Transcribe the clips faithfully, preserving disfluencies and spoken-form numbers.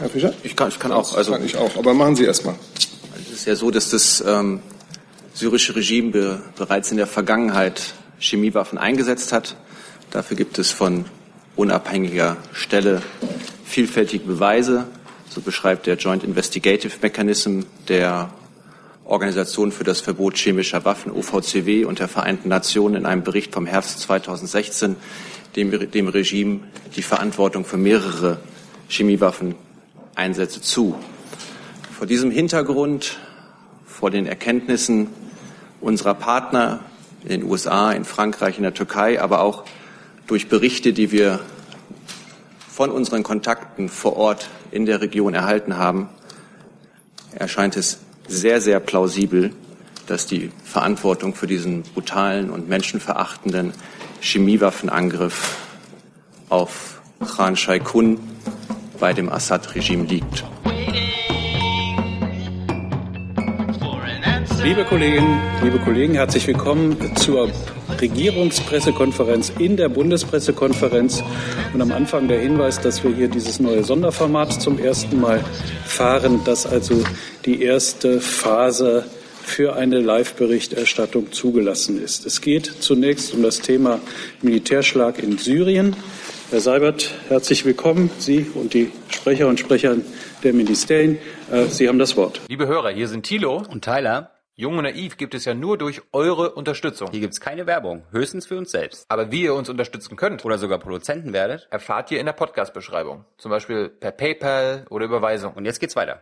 Herr Fischer? Ich kann, ich kann auch. Also kann ich auch, aber machen Sie erst mal. Es ist ja so, dass das ähm, syrische Regime be, bereits in der Vergangenheit Chemiewaffen eingesetzt hat. Dafür gibt es von unabhängiger Stelle vielfältige Beweise. So beschreibt der Joint Investigative Mechanism der Organisation für das Verbot chemischer Waffen, O V C W, und der Vereinten Nationen in einem Bericht vom Herbst zweitausendsechzehn dem, dem Regime die Verantwortung für mehrere Chemiewaffeneinsätze zu. Vor diesem Hintergrund, vor den Erkenntnissen unserer Partner in den U S A, in Frankreich, in der Türkei, aber auch durch Berichte, die wir von unseren Kontakten vor Ort in der Region erhalten haben, erscheint es sehr, sehr plausibel, dass die Verantwortung für diesen brutalen und menschenverachtenden Chemiewaffenangriff auf Khan Shaykhun bei dem Assad-Regime liegt. Liebe Kolleginnen, liebe Kollegen, herzlich willkommen zur Regierungspressekonferenz in der Bundespressekonferenz. Und am Anfang der Hinweis, dass wir hier dieses neue Sonderformat zum ersten Mal fahren, dass also die erste Phase für eine Live-Berichterstattung zugelassen ist. Es geht zunächst um das Thema Militärschlag in Syrien. Herr Seibert, herzlich willkommen, Sie und die Sprecher und Sprecher der Ministerien. Sie haben das Wort. Liebe Hörer, hier sind Thilo und Tyler. Jung und Naiv gibt es ja nur durch eure Unterstützung. Hier gibt es keine Werbung, höchstens für uns selbst. Aber wie ihr uns unterstützen könnt oder sogar Produzenten werdet, erfahrt ihr in der Podcast-Beschreibung. Zum Beispiel per PayPal oder Überweisung. Und jetzt geht's weiter.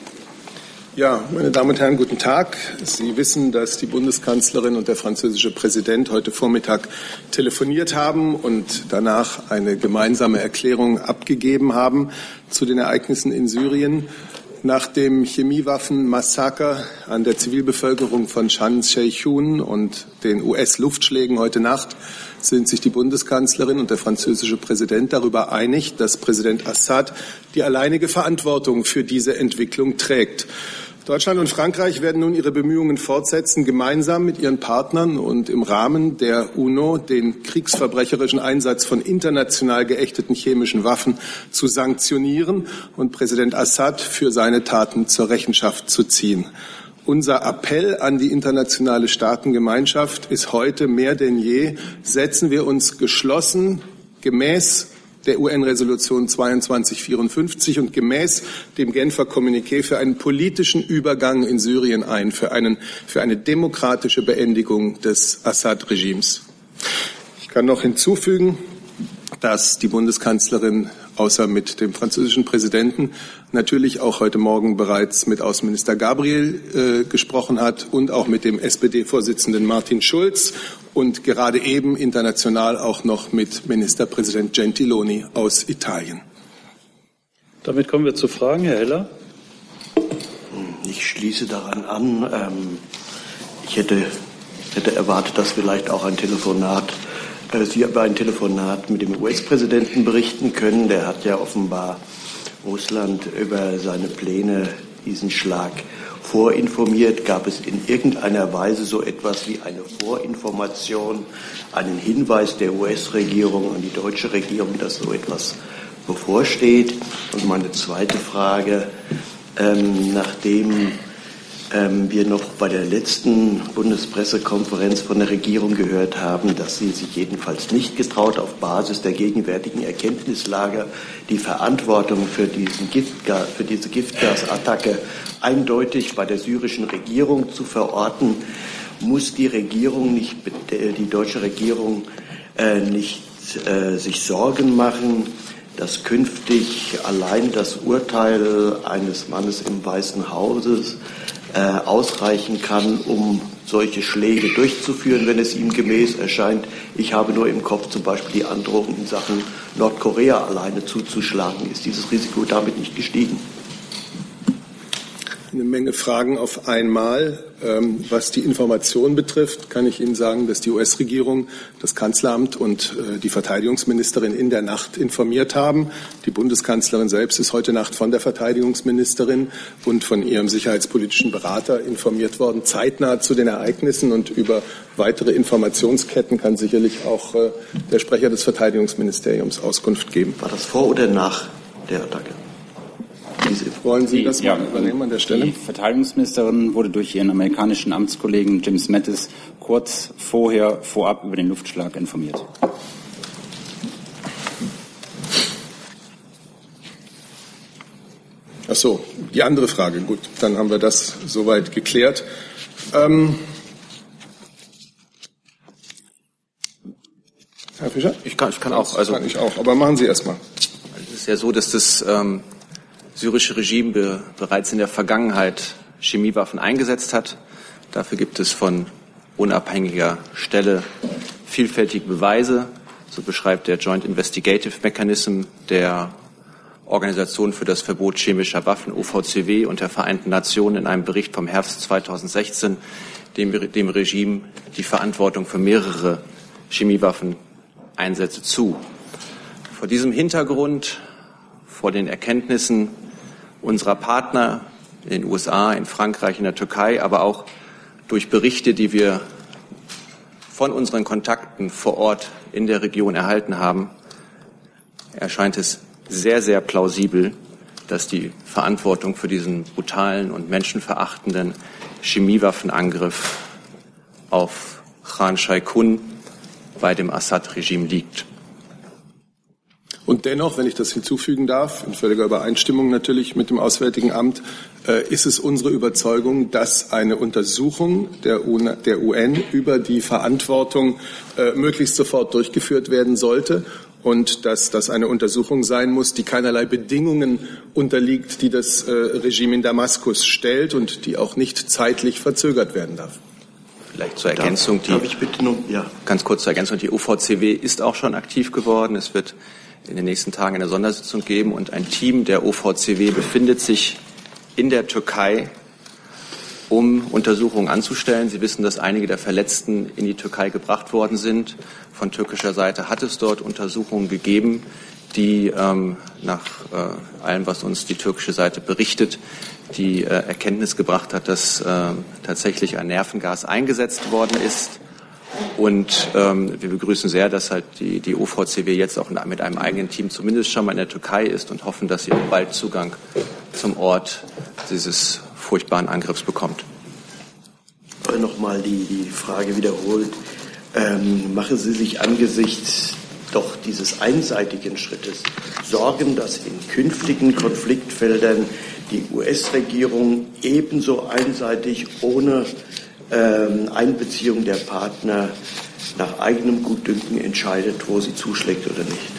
Ja, meine Damen und Herren, guten Tag. Sie wissen, dass die Bundeskanzlerin und der französische Präsident heute Vormittag telefoniert haben und danach eine gemeinsame Erklärung abgegeben haben zu den Ereignissen in Syrien. Nach dem Chemiewaffenmassaker an der Zivilbevölkerung von Khan Shaykhun und den U S-Luftschlägen heute Nacht sind sich die Bundeskanzlerin und der französische Präsident darüber einig, dass Präsident Assad die alleinige Verantwortung für diese Entwicklung trägt. Deutschland und Frankreich werden nun ihre Bemühungen fortsetzen, gemeinsam mit ihren Partnern und im Rahmen der UNO den kriegsverbrecherischen Einsatz von international geächteten chemischen Waffen zu sanktionieren und Präsident Assad für seine Taten zur Rechenschaft zu ziehen. Unser Appell an die internationale Staatengemeinschaft ist heute mehr denn je: Setzen wir uns geschlossen gemäß der U N-Resolution zweiundzwanzig vierundfünfzig und gemäß dem Genfer Kommuniqué für einen politischen Übergang in Syrien ein, für, einen, für eine demokratische Beendigung des Assad-Regimes. Ich kann noch hinzufügen, dass die Bundeskanzlerin außer mit dem französischen Präsidenten natürlich auch heute Morgen bereits mit Außenminister Gabriel äh, gesprochen hat und auch mit dem S P D-Vorsitzenden Martin Schulz und gerade eben international auch noch mit Ministerpräsident Gentiloni aus Italien. Damit kommen wir zu Fragen. Herr Heller. Ich schließe daran an. Ähm, ich hätte, hätte erwartet, dass vielleicht auch ein Telefonat Sie über ein Telefonat mit dem U S-Präsidenten berichten können. Der hat ja offenbar Russland über seine Pläne, diesen Schlag vorinformiert. Gab es in irgendeiner Weise so etwas wie eine Vorinformation, einen Hinweis der U S-Regierung an die deutsche Regierung, dass so etwas bevorsteht? Und meine zweite Frage, ähm, nachdem Ähm, wir noch bei der letzten Bundespressekonferenz von der Regierung gehört haben, dass sie sich jedenfalls nicht getraut, auf Basis der gegenwärtigen Erkenntnislage die Verantwortung für, diesen Giftgas, für diese Giftgasattacke eindeutig bei der syrischen Regierung zu verorten. Muss die Regierung nicht, die deutsche Regierung äh, nicht äh, sich Sorgen machen, dass künftig allein das Urteil eines Mannes im Weißen Hauses Äh, ausreichen kann, um solche Schläge durchzuführen, wenn es ihm gemäß erscheint? Ich habe nur im Kopf zum Beispiel die Androhung in Sachen Nordkorea alleine zuzuschlagen. Ist dieses Risiko damit nicht gestiegen? Eine Menge Fragen auf einmal. Ähm, was die Information betrifft, kann ich Ihnen sagen, dass die U S-Regierung, das Kanzleramt und äh, die Verteidigungsministerin in der Nacht informiert haben. Die Bundeskanzlerin selbst ist heute Nacht von der Verteidigungsministerin und von ihrem sicherheitspolitischen Berater informiert worden, zeitnah zu den Ereignissen, und über weitere Informationsketten kann sicherlich auch äh, der Sprecher des Verteidigungsministeriums Auskunft geben. War das vor oder nach der Attacke? Wollen Sie das mal übernehmen an der Stelle? Die Verteidigungsministerin wurde durch ihren amerikanischen Amtskollegen Jim Mattis kurz vorher vorab über den Luftschlag informiert. Ach so, die andere Frage. Gut, dann haben wir das soweit geklärt. Ähm, Herr Fischer? Ich kann, ich kann auch. Also, kann ich auch, aber machen Sie erst mal. Es ist ja so, dass das ähm, syrische Regime be, bereits in der Vergangenheit Chemiewaffen eingesetzt hat. Dafür gibt es von unabhängiger Stelle vielfältige Beweise. So beschreibt der Joint Investigative Mechanism der Organisation für das Verbot chemischer Waffen, O V C W, und der Vereinten Nationen in einem Bericht vom Herbst zweitausendsechzehn dem, dem Regime die Verantwortung für mehrere Chemiewaffeneinsätze zu. Vor diesem Hintergrund, vor den Erkenntnissen unserer Partner in den U S A, in Frankreich, in der Türkei, aber auch durch Berichte, die wir von unseren Kontakten vor Ort in der Region erhalten haben, erscheint es sehr, sehr plausibel, dass die Verantwortung für diesen brutalen und menschenverachtenden Chemiewaffenangriff auf Khan Shaykhun bei dem Assad-Regime liegt. Und dennoch, wenn ich das hinzufügen darf, in völliger Übereinstimmung natürlich mit dem Auswärtigen Amt, äh, ist es unsere Überzeugung, dass eine Untersuchung der U N über die Verantwortung äh, möglichst sofort durchgeführt werden sollte und dass das eine Untersuchung sein muss, die keinerlei Bedingungen unterliegt, die das äh, Regime in Damaskus stellt und die auch nicht zeitlich verzögert werden darf. Vielleicht zur Ergänzung, die, darf ich bitte noch, ja. ganz kurz zur Ergänzung, die O V C W ist auch schon aktiv geworden. Es wird in den nächsten Tagen eine Sondersitzung geben und ein Team der O V C W befindet sich in der Türkei, um Untersuchungen anzustellen. Sie wissen, dass einige der Verletzten in die Türkei gebracht worden sind. Von türkischer Seite hat es dort Untersuchungen gegeben, die ähm, nach äh, allem, was uns die türkische Seite berichtet, die äh, Erkenntnis gebracht hat, dass äh, tatsächlich ein Nervengas eingesetzt worden ist. Und ähm, wir begrüßen sehr, dass halt die, die O V C W jetzt auch mit einem eigenen Team zumindest schon mal in der Türkei ist und hoffen, dass sie auch bald Zugang zum Ort dieses furchtbaren Angriffs bekommt. Nochmal die, die Frage wiederholt. Ähm, machen Sie sich angesichts doch dieses einseitigen Schrittes Sorgen, dass in künftigen Konfliktfeldern die U S-Regierung ebenso einseitig ohne ähm, Einbeziehung der Partner nach eigenem Gutdünken entscheidet, wo sie zuschlägt oder nicht?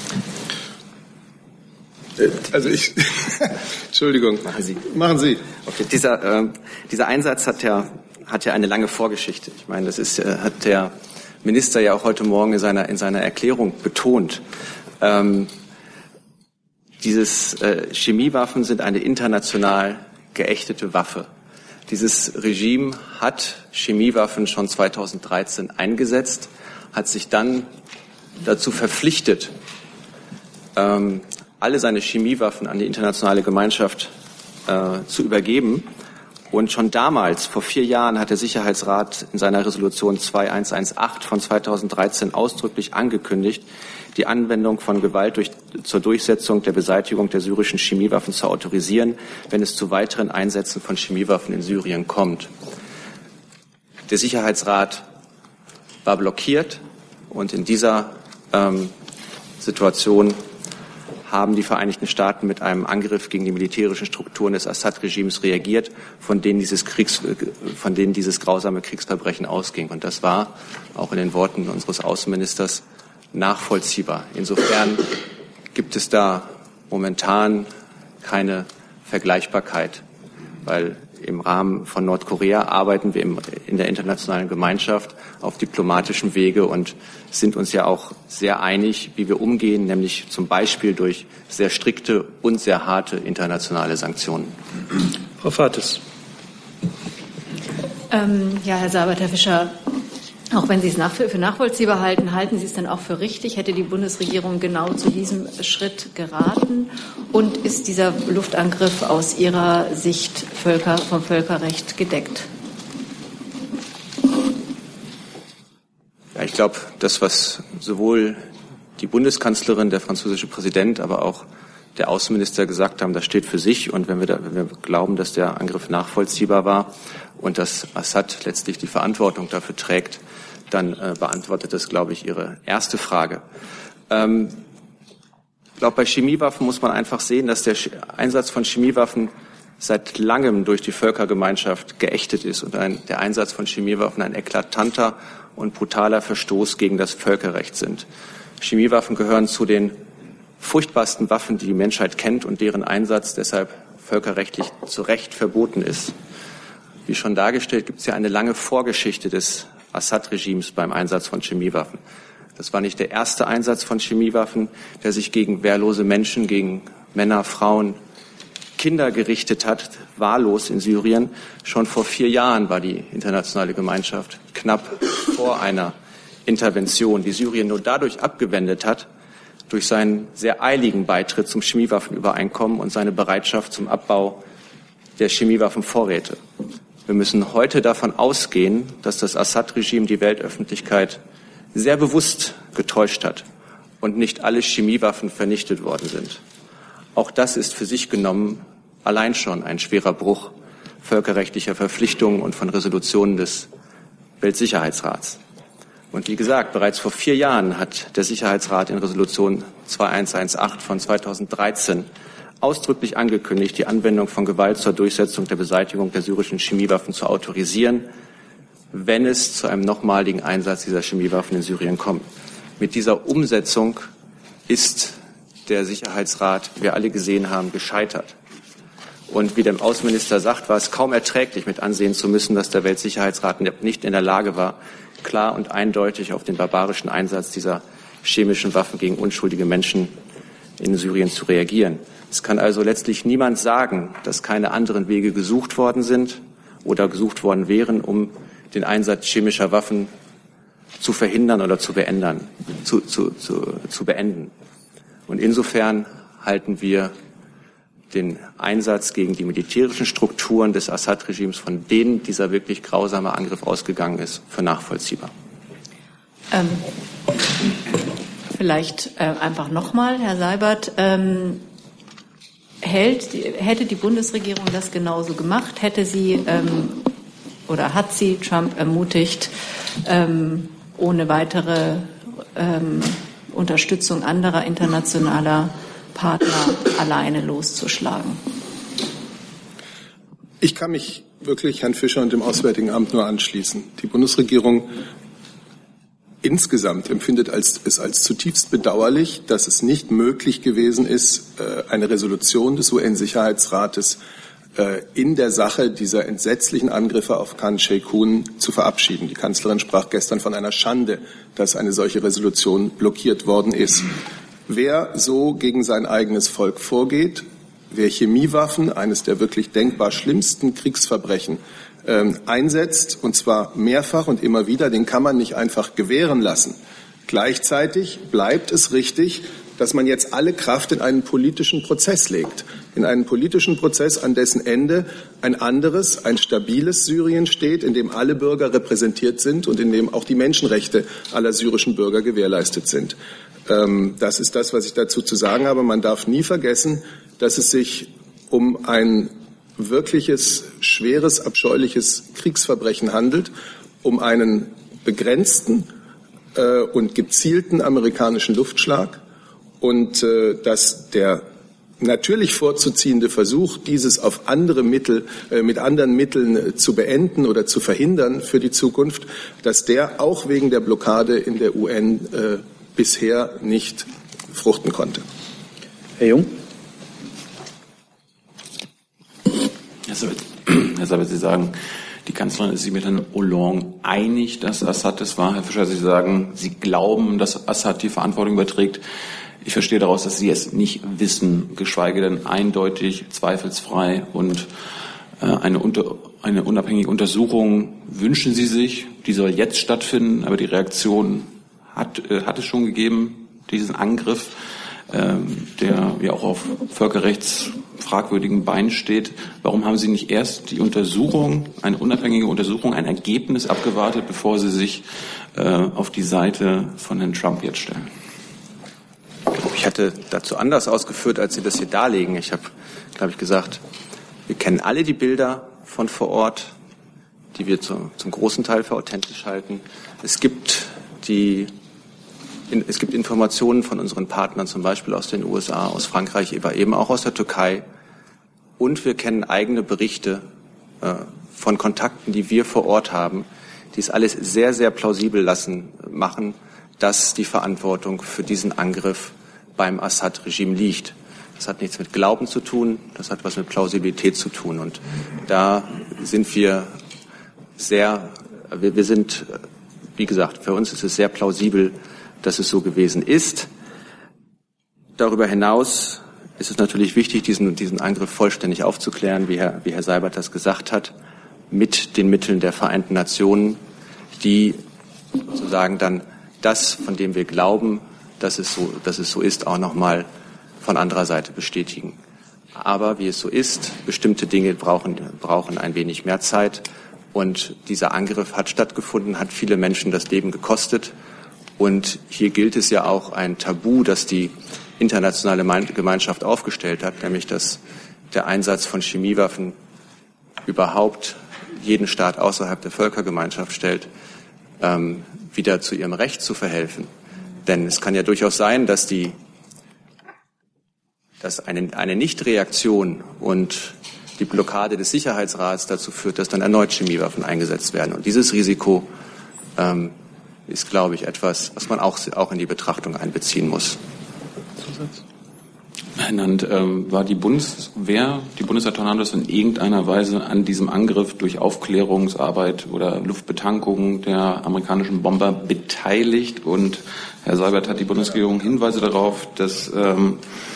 Also ich, Entschuldigung. Machen Sie. Machen Sie. Okay, dieser, äh, dieser Einsatz hat ja, hat ja eine lange Vorgeschichte. Ich meine, das ist, äh, hat der Minister ja auch heute Morgen in seiner, in seiner Erklärung betont. Ähm, dieses äh, Chemiewaffen sind eine international geächtete Waffe. Dieses Regime hat Chemiewaffen schon zweitausenddreizehn eingesetzt, hat sich dann dazu verpflichtet, ähm, alle seine Chemiewaffen an die internationale Gemeinschaft äh, zu übergeben. Und schon damals, vor vier Jahren, hat der Sicherheitsrat in seiner Resolution zweitausendseinundachtzehn von zweitausenddreizehn ausdrücklich angekündigt, die Anwendung von Gewalt durch, zur Durchsetzung der Beseitigung der syrischen Chemiewaffen zu autorisieren, wenn es zu weiteren Einsätzen von Chemiewaffen in Syrien kommt. Der Sicherheitsrat war blockiert und in dieser ähm, Situation haben die Vereinigten Staaten mit einem Angriff gegen die militärischen Strukturen des Assad-Regimes reagiert, von denen dieses Kriegs, von denen dieses grausame Kriegsverbrechen ausging. Und das war auch in den Worten unseres Außenministers nachvollziehbar. Insofern gibt es da momentan keine Vergleichbarkeit, weil im Rahmen von Nordkorea arbeiten wir in der internationalen Gemeinschaft auf diplomatischem Wege und sind uns ja auch sehr einig, wie wir umgehen, nämlich zum Beispiel durch sehr strikte und sehr harte internationale Sanktionen. Frau Fates. Ähm, ja, Herr Seibert, Herr Fischer, auch wenn Sie es nach, für nachvollziehbar halten, halten Sie es dann auch für richtig? Hätte die Bundesregierung genau zu diesem Schritt geraten? Und ist dieser Luftangriff aus Ihrer Sicht Völker, vom Völkerrecht gedeckt? Ja, ich glaube, das, was sowohl die Bundeskanzlerin, der französische Präsident, aber auch der Außenminister gesagt haben, das steht für sich. Und wenn wir, da, wenn wir glauben, dass der Angriff nachvollziehbar war und dass Assad letztlich die Verantwortung dafür trägt, dann äh, beantwortet das, glaube ich, Ihre erste Frage. Ähm, ich glaube, bei Chemiewaffen muss man einfach sehen, dass der Einsatz von Chemiewaffen seit langem durch die Völkergemeinschaft geächtet ist und ein, der Einsatz von Chemiewaffen ein eklatanter und brutaler Verstoß gegen das Völkerrecht sind. Chemiewaffen gehören zu den furchtbarsten Waffen, die die Menschheit kennt und deren Einsatz deshalb völkerrechtlich zu Recht verboten ist. Wie schon dargestellt, gibt es ja eine lange Vorgeschichte des Assad-Regimes beim Einsatz von Chemiewaffen. Das war nicht der erste Einsatz von Chemiewaffen, der sich gegen wehrlose Menschen, gegen Männer, Frauen, Kinder gerichtet hat, wahllos in Syrien. Schon vor vier Jahren war die internationale Gemeinschaft knapp vor einer Intervention, die Syrien nur dadurch abgewendet hat, durch seinen sehr eiligen Beitritt zum Chemiewaffenübereinkommen und seine Bereitschaft zum Abbau der Chemiewaffenvorräte. Wir müssen heute davon ausgehen, dass das Assad-Regime die Weltöffentlichkeit sehr bewusst getäuscht hat und nicht alle Chemiewaffen vernichtet worden sind. Auch das ist für sich genommen allein schon ein schwerer Bruch völkerrechtlicher Verpflichtungen und von Resolutionen des Weltsicherheitsrats. Und wie gesagt, bereits vor vier Jahren hat der Sicherheitsrat in Resolution zweitausendzehn von zweitausenddreizehn ausdrücklich angekündigt, die Anwendung von Gewalt zur Durchsetzung der Beseitigung der syrischen Chemiewaffen zu autorisieren, wenn es zu einem nochmaligen Einsatz dieser Chemiewaffen in Syrien kommt. Mit dieser Umsetzung ist der Sicherheitsrat, wie wir alle gesehen haben, gescheitert. Und wie der Außenminister sagt, war es kaum erträglich, mit ansehen zu müssen, dass der Weltsicherheitsrat nicht in der Lage war, klar und eindeutig auf den barbarischen Einsatz dieser chemischen Waffen gegen unschuldige Menschen in Syrien zu reagieren. Es kann also letztlich niemand sagen, dass keine anderen Wege gesucht worden sind oder gesucht worden wären, um den Einsatz chemischer Waffen zu verhindern oder zu beenden. Zu, zu, zu, zu beenden. Und insofern halten wir den Einsatz gegen die militärischen Strukturen des Assad-Regimes, von denen dieser wirklich grausame Angriff ausgegangen ist, für nachvollziehbar. Ähm, vielleicht äh, einfach nochmal, Herr Seibert, ähm, hält, hätte die Bundesregierung das genauso gemacht? Hätte sie ähm, oder hat sie Trump ermutigt, ähm, ohne weitere ähm, Unterstützung anderer internationaler Partner alleine loszuschlagen? Ich kann mich wirklich Herrn Fischer und dem Auswärtigen Amt nur anschließen. Die Bundesregierung insgesamt empfindet es als zutiefst bedauerlich, dass es nicht möglich gewesen ist, eine Resolution des U N-Sicherheitsrates in der Sache dieser entsetzlichen Angriffe auf Khan Sheikhoun zu verabschieden. Die Kanzlerin sprach gestern von einer Schande, dass eine solche Resolution blockiert worden ist. Wer so gegen sein eigenes Volk vorgeht, wer Chemiewaffen, eines der wirklich denkbar schlimmsten Kriegsverbrechen, ähm, einsetzt, und zwar mehrfach und immer wieder, den kann man nicht einfach gewähren lassen. Gleichzeitig bleibt es richtig, dass man jetzt alle Kraft in einen politischen Prozess legt. In einen politischen Prozess, an dessen Ende ein anderes, ein stabiles Syrien steht, in dem alle Bürger repräsentiert sind und in dem auch die Menschenrechte aller syrischen Bürger gewährleistet sind. Ähm, das ist das, was ich dazu zu sagen habe. Man darf nie vergessen, dass es sich um ein wirkliches, schweres, abscheuliches Kriegsverbrechen handelt, um einen begrenzten äh, und gezielten amerikanischen Luftschlag. Und äh, dass der natürlich vorzuziehende Versuch, dieses auf andere Mittel, äh, mit anderen Mitteln äh, zu beenden oder zu verhindern für die Zukunft, dass der auch wegen der Blockade in der U N äh, bisher nicht fruchten konnte. Herr Jung. Herr Seibert, Herr Seibert, Sie sagen, die Kanzlerin ist sich mit Herrn Hollande einig, dass Assad es war. Herr Fischer, Sie sagen, Sie glauben, dass Assad die Verantwortung überträgt. Ich verstehe daraus, dass Sie es nicht wissen, geschweige denn eindeutig, zweifelsfrei und äh, eine, unter, eine unabhängige Untersuchung wünschen Sie sich. Die soll jetzt stattfinden, aber die Reaktion hat, äh, hat es schon gegeben, diesen Angriff, äh, der ja auch auf völkerrechtsfragwürdigen Beinen steht. Warum haben Sie nicht erst die Untersuchung, eine unabhängige Untersuchung, ein Ergebnis abgewartet, bevor Sie sich äh, auf die Seite von Herrn Trump jetzt stellen? Ich hatte dazu anders ausgeführt, als Sie das hier darlegen. Ich habe, glaube ich, gesagt, wir kennen alle die Bilder von vor Ort, die wir zu, zum großen Teil für authentisch halten. Es gibt die, in, es gibt Informationen von unseren Partnern, zum Beispiel aus den U S A, aus Frankreich, aber eben auch aus der Türkei. Und wir kennen eigene Berichte äh, von Kontakten, die wir vor Ort haben, die es alles sehr, sehr plausibel lassen machen, dass die Verantwortung für diesen Angriff beim Assad-Regime liegt. Das hat nichts mit Glauben zu tun, das hat was mit Plausibilität zu tun. Und da sind wir sehr, wir, wir sind, wie gesagt, für uns ist es sehr plausibel, dass es so gewesen ist. Darüber hinaus ist es natürlich wichtig, diesen, diesen Angriff vollständig aufzuklären, wie Herr, wie Herr Seibert das gesagt hat, mit den Mitteln der Vereinten Nationen, die sozusagen dann das, von dem wir glauben, dass es so, dass es so ist, auch nochmal von anderer Seite bestätigen. Aber wie es so ist, bestimmte Dinge brauchen, brauchen ein wenig mehr Zeit. Und dieser Angriff hat stattgefunden, hat viele Menschen das Leben gekostet. Und hier gilt es ja auch ein Tabu, das die internationale Gemeinschaft aufgestellt hat, nämlich dass der Einsatz von Chemiewaffen überhaupt jeden Staat außerhalb der Völkergemeinschaft stellt, ähm, wieder zu ihrem Recht zu verhelfen. Denn es kann ja durchaus sein, dass die, dass eine, eine Nichtreaktion und die Blockade des Sicherheitsrats dazu führt, dass dann erneut Chemiewaffen eingesetzt werden. Und dieses Risiko ähm, ist, glaube ich, etwas, was man auch, auch in die Betrachtung einbeziehen muss. Zusatz? Herr Nant, äh, war die Bundeswehr, die Bundeswehr-Tornados in irgendeiner Weise an diesem Angriff durch Aufklärungsarbeit oder Luftbetankung der amerikanischen Bomber beteiligt? Und Herr Seibert, hat die Bundesregierung Hinweise darauf, dass ähm,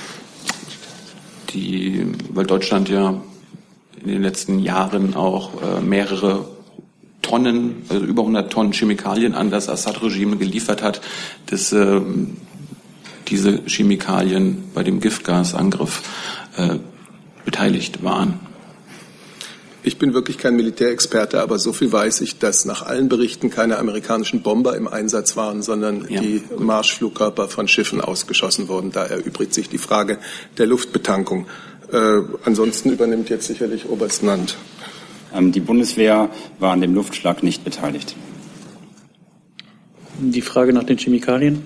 die, weil Deutschland ja in den letzten Jahren auch äh, mehrere Tonnen, also über hundert Tonnen Chemikalien an das Assad-Regime geliefert hat, dass äh, diese Chemikalien bei dem Giftgasangriff äh, beteiligt waren? Ich bin wirklich kein Militärexperte, aber so viel weiß ich, dass nach allen Berichten keine amerikanischen Bomber im Einsatz waren, sondern ja, die gut. Marschflugkörper von Schiffen ausgeschossen wurden. Da erübrigt sich die Frage der Luftbetankung. Äh, ansonsten übernimmt jetzt sicherlich Oberst Nant. Ähm, die Bundeswehr war an dem Luftschlag nicht beteiligt. Die Frage nach den Chemikalien?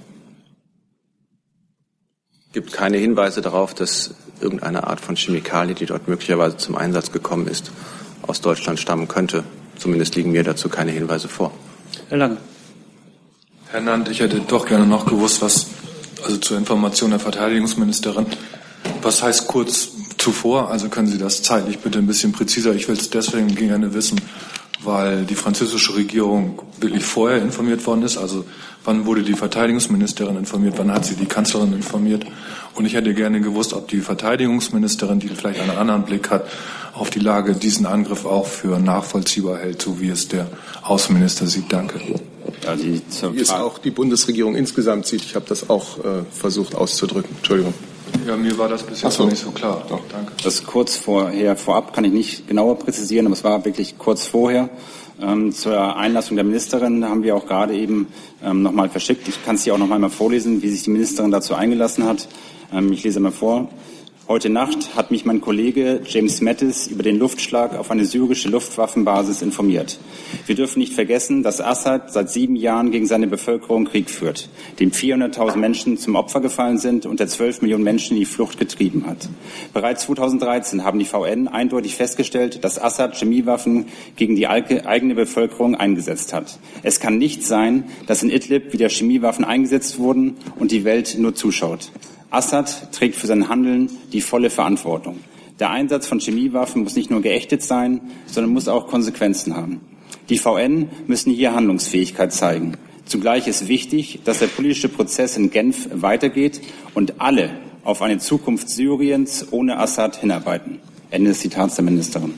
Es gibt keine Hinweise darauf, dass irgendeine Art von Chemikalie, die dort möglicherweise zum Einsatz gekommen ist, aus Deutschland stammen könnte. Zumindest liegen mir dazu keine Hinweise vor. Herr Lange. Herr Nant, ich hätte doch gerne noch gewusst, was, also zur Information der Verteidigungsministerin, was heißt kurz zuvor? Also können Sie das zeitlich bitte ein bisschen präziser? Ich will es deswegen gerne wissen, weil die französische Regierung wirklich vorher informiert worden ist. Also wann wurde die Verteidigungsministerin informiert, wann hat sie die Kanzlerin informiert? Und ich hätte gerne gewusst, ob die Verteidigungsministerin, die vielleicht einen anderen Blick hat auf die Lage, diesen Angriff auch für nachvollziehbar hält, so wie es der Außenminister sieht. Danke. Ja, die wie es auch die Bundesregierung insgesamt sieht. Ich habe das auch äh, versucht auszudrücken. Entschuldigung. Ja, mir war das bis jetzt so. noch nicht so klar. Doch, danke. Das kurz vorher, vorab kann ich nicht genauer präzisieren, aber es war wirklich kurz vorher. Ähm, zur Einlassung der Ministerin haben wir auch gerade eben ähm, nochmal verschickt. Ich kann es hier auch noch einmal vorlesen, wie sich die Ministerin dazu eingelassen hat. Ähm, ich lese mal vor. Heute Nacht hat mich mein Kollege James Mattis über den Luftschlag auf eine syrische Luftwaffenbasis informiert. Wir dürfen nicht vergessen, dass Assad seit sieben Jahren gegen seine Bevölkerung Krieg führt, dem vierhunderttausend Menschen zum Opfer gefallen sind und der zwölf Millionen Menschen in die Flucht getrieben hat. Bereits zweitausenddreizehn haben die V N eindeutig festgestellt, dass Assad Chemiewaffen gegen die eigene Bevölkerung eingesetzt hat. Es kann nicht sein, dass in Idlib wieder Chemiewaffen eingesetzt wurden und die Welt nur zuschaut. Assad trägt für sein Handeln die volle Verantwortung. Der Einsatz von Chemiewaffen muss nicht nur geächtet sein, sondern muss auch Konsequenzen haben. Die V N müssen hier Handlungsfähigkeit zeigen. Zugleich ist wichtig, dass der politische Prozess in Genf weitergeht und alle auf eine Zukunft Syriens ohne Assad hinarbeiten. Ende des Zitats der Ministerin.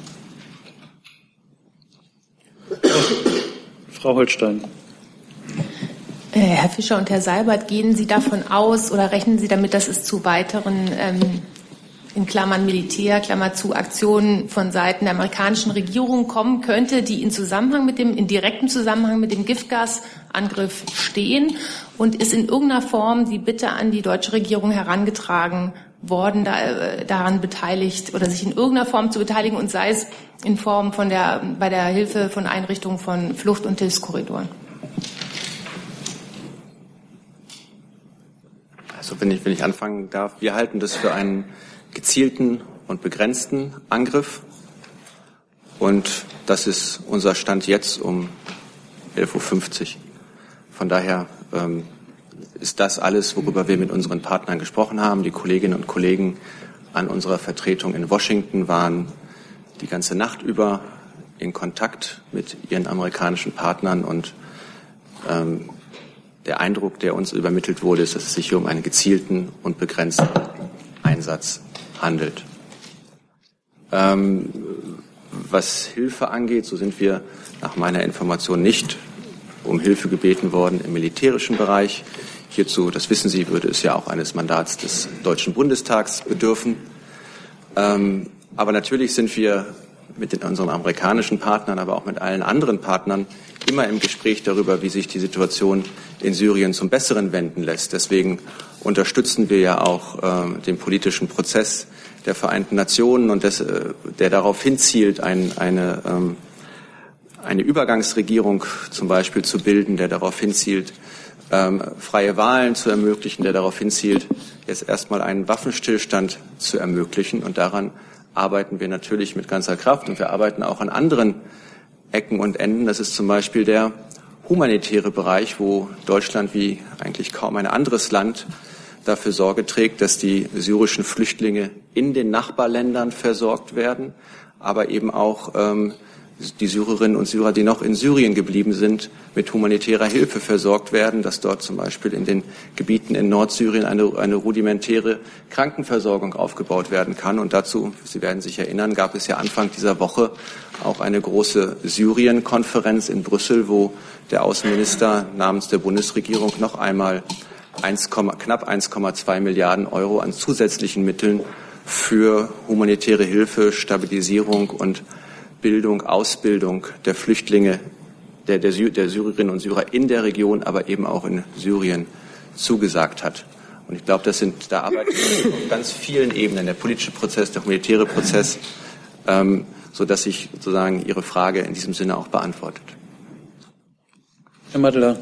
Frau Holstein. Herr Fischer und Herr Seibert, gehen Sie davon aus oder rechnen Sie damit, dass es zu weiteren ähm, in Klammern Militär, Klammer zu, Aktionen von Seiten der amerikanischen Regierung kommen könnte, die in Zusammenhang mit dem, in direktem Zusammenhang mit dem Giftgasangriff stehen? Und ist in irgendeiner Form die Bitte an die deutsche Regierung herangetragen worden, da, äh, daran beteiligt oder sich in irgendeiner Form zu beteiligen, und sei es in Form von der, bei der Hilfe von Einrichtungen von Flucht- und Hilfskorridoren? Also wenn ich, wenn ich anfangen darf, wir halten das für einen gezielten und begrenzten Angriff. Und das ist unser Stand jetzt um elf Uhr fünfzig. Von daher ähm, ist das alles, worüber wir mit unseren Partnern gesprochen haben. Die Kolleginnen und Kollegen an unserer Vertretung in Washington waren die ganze Nacht über in Kontakt mit ihren amerikanischen Partnern, und ähm, der Eindruck, der uns übermittelt wurde, ist, dass es sich hier um einen gezielten und begrenzten Einsatz handelt. Ähm, was Hilfe angeht, so sind wir nach meiner Information nicht um Hilfe gebeten worden im militärischen Bereich. Hierzu, das wissen Sie, würde es ja auch eines Mandats des Deutschen Bundestags bedürfen. Ähm, aber natürlich sind wir mit den, unseren amerikanischen Partnern, aber auch mit allen anderen Partnern immer im Gespräch darüber, wie sich die Situation in Syrien zum Besseren wenden lässt. Deswegen unterstützen wir ja auch äh, den politischen Prozess der Vereinten Nationen, und des, äh, der darauf hinzielt, ein, eine, ähm, eine Übergangsregierung zum Beispiel zu bilden, der darauf hinzielt, ähm, freie Wahlen zu ermöglichen, der darauf hinzielt, jetzt erstmal einen Waffenstillstand zu ermöglichen. Und daran arbeiten wir natürlich mit ganzer Kraft, und wir arbeiten auch an anderen Ecken und Enden. Das ist zum Beispiel der humanitäre Bereich, wo Deutschland wie eigentlich kaum ein anderes Land dafür Sorge trägt, dass die syrischen Flüchtlinge in den Nachbarländern versorgt werden, aber eben auch ähm, die Syrerinnen und Syrer, die noch in Syrien geblieben sind, mit humanitärer Hilfe versorgt werden, dass dort zum Beispiel in den Gebieten in Nordsyrien eine, eine rudimentäre Krankenversorgung aufgebaut werden kann. Und dazu, Sie werden sich erinnern, gab es ja Anfang dieser Woche auch eine große Syrien-Konferenz in Brüssel, wo der Außenminister namens der Bundesregierung noch einmal eins, knapp eins Komma zwei Milliarden Euro an zusätzlichen Mitteln für humanitäre Hilfe, Stabilisierung und Bildung, Ausbildung der Flüchtlinge, der, der, Sy- der Syrerinnen und Syrer in der Region, aber eben auch in Syrien zugesagt hat. Und ich glaube, das sind, da arbeiten wir auf ganz vielen Ebenen, der politische Prozess, der humanitäre Prozess, ähm, so dass sich sozusagen Ihre Frage in diesem Sinne auch beantwortet. Herr Madler.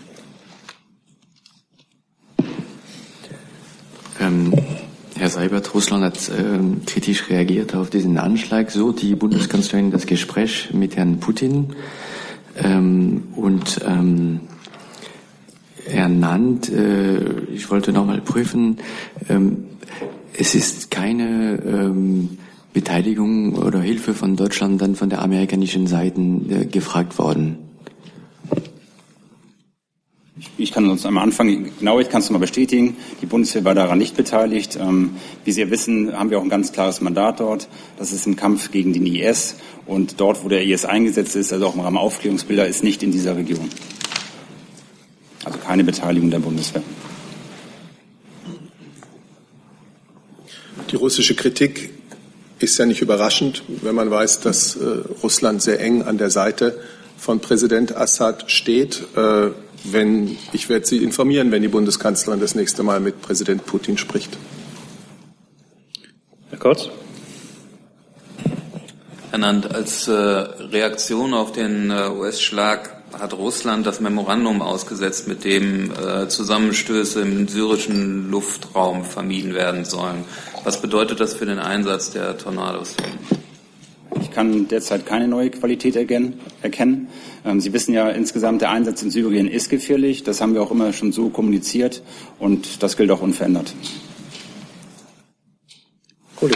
Ähm, Herr Seibert, Russland hat ähm, kritisch reagiert auf diesen Anschlag, so die Bundeskanzlerin das Gespräch mit Herrn Putin ähm, und ähm, er nannt, äh, ich wollte nochmal prüfen, ähm, es ist keine ähm, Beteiligung oder Hilfe von Deutschland dann von der amerikanischen Seite äh, gefragt worden. Ich kann uns am Anfang, genau, ich kann es mal bestätigen, die Bundeswehr war daran nicht beteiligt. Ähm, wie Sie ja wissen, haben wir auch ein ganz klares Mandat dort. Das ist im Kampf gegen den I S. Und dort, wo der I S eingesetzt ist, also auch im Rahmen Aufklärungsbilder, ist nicht in dieser Region. Also keine Beteiligung der Bundeswehr. Die russische Kritik ist ja nicht überraschend, wenn man weiß, dass äh, Russland sehr eng an der Seite von Präsident Assad steht. Äh, Wenn, ich werde Sie informieren, wenn die Bundeskanzlerin das nächste Mal mit Präsident Putin spricht. Herr Kotz. Herr Nant, als äh, Reaktion auf den äh, U S-Schlag hat Russland das Memorandum ausgesetzt, mit dem äh, Zusammenstöße im syrischen Luftraum vermieden werden sollen. Was bedeutet das für den Einsatz der Tornados? Ich kann derzeit keine neue Qualität erkennen. Sie wissen ja, insgesamt der Einsatz in Syrien ist gefährlich. Das haben wir auch immer schon so kommuniziert, und das gilt auch unverändert. Kollege.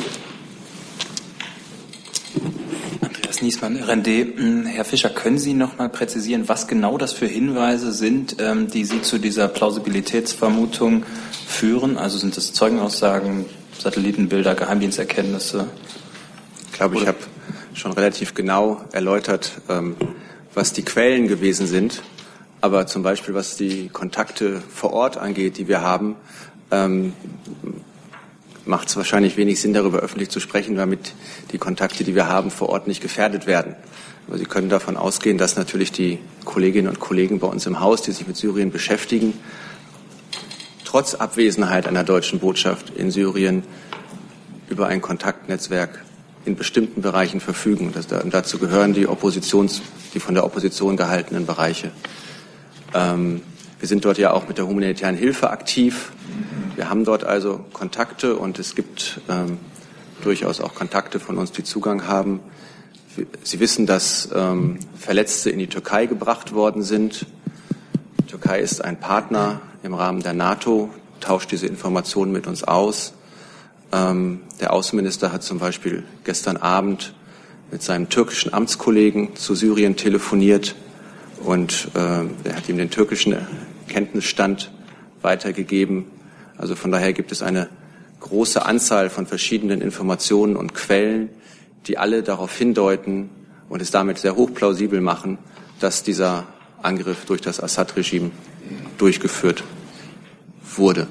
Andreas Niesmann, R N D. Herr Fischer, können Sie noch mal präzisieren, was genau das für Hinweise sind, die Sie zu dieser Plausibilitätsvermutung führen? Also sind das Zeugenaussagen, Satellitenbilder, Geheimdiensterkenntnisse? Ich glaube, ich habe schon relativ genau erläutert, ähm, was die Quellen gewesen sind. Aber zum Beispiel, was die Kontakte vor Ort angeht, die wir haben, ähm, macht es wahrscheinlich wenig Sinn, darüber öffentlich zu sprechen, damit die Kontakte, die wir haben, vor Ort nicht gefährdet werden. Aber Sie können davon ausgehen, dass natürlich die Kolleginnen und Kollegen bei uns im Haus, die sich mit Syrien beschäftigen, trotz Abwesenheit einer deutschen Botschaft in Syrien über ein Kontaktnetzwerk in bestimmten Bereichen verfügen. Das, dazu gehören die Oppositions, die von der Opposition gehaltenen Bereiche. Ähm, wir sind dort ja auch mit der humanitären Hilfe aktiv. Wir haben dort also Kontakte und es gibt ähm, durchaus auch Kontakte von uns, die Zugang haben. Sie wissen, dass ähm, Verletzte in die Türkei gebracht worden sind. Die Türkei ist ein Partner im Rahmen der NATO, tauscht diese Informationen mit uns aus. Ähm, der Außenminister hat zum Beispiel gestern Abend mit seinem türkischen Amtskollegen zu Syrien telefoniert und äh, er hat ihm den türkischen Kenntnisstand weitergegeben. Also von daher gibt es eine große Anzahl von verschiedenen Informationen und Quellen, die alle darauf hindeuten und es damit sehr hochplausibel machen, dass dieser Angriff durch das Assad-Regime durchgeführt wurde.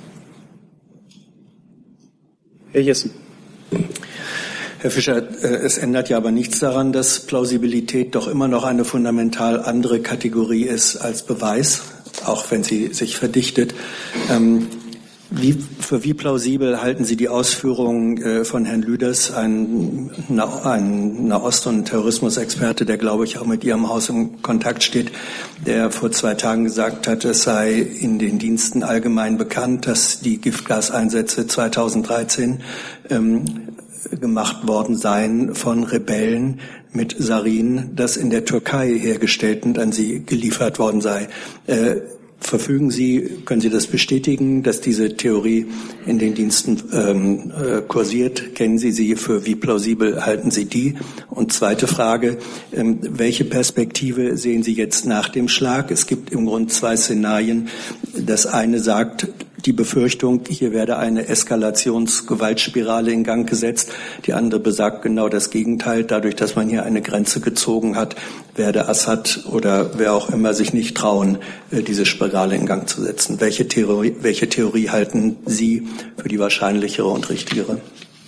Herr Jessen. Herr Fischer, es ändert ja aber nichts daran, dass Plausibilität doch immer noch eine fundamental andere Kategorie ist als Beweis, auch wenn sie sich verdichtet. Ähm, Wie, für wie plausibel halten Sie die Ausführungen äh, von Herrn Lüders, ein, ein Nahost- und Terrorismusexperte, der, glaube ich, auch mit Ihrem Haus in Kontakt steht, der vor zwei Tagen gesagt hat, es sei in den Diensten allgemein bekannt, dass die Giftgaseinsätze zweitausenddreizehn ähm, gemacht worden seien von Rebellen mit Sarin, das in der Türkei hergestellt und an sie geliefert worden sei. Äh, Verfügen Sie, können Sie das bestätigen, dass diese Theorie in den Diensten ähm, äh, kursiert? Kennen Sie sie? Für wie plausibel halten Sie die? Und zweite Frage, ähm, welche Perspektive sehen Sie jetzt nach dem Schlag? Es gibt im Grunde zwei Szenarien. Das eine sagt, die Befürchtung, hier werde eine Eskalationsgewaltspirale in Gang gesetzt. Die andere besagt genau das Gegenteil. Dadurch, dass man hier eine Grenze gezogen hat, werde Assad oder wer auch immer sich nicht trauen, diese Spirale in Gang zu setzen. Welche Theorie, welche Theorie halten Sie für die wahrscheinlichere und richtigere?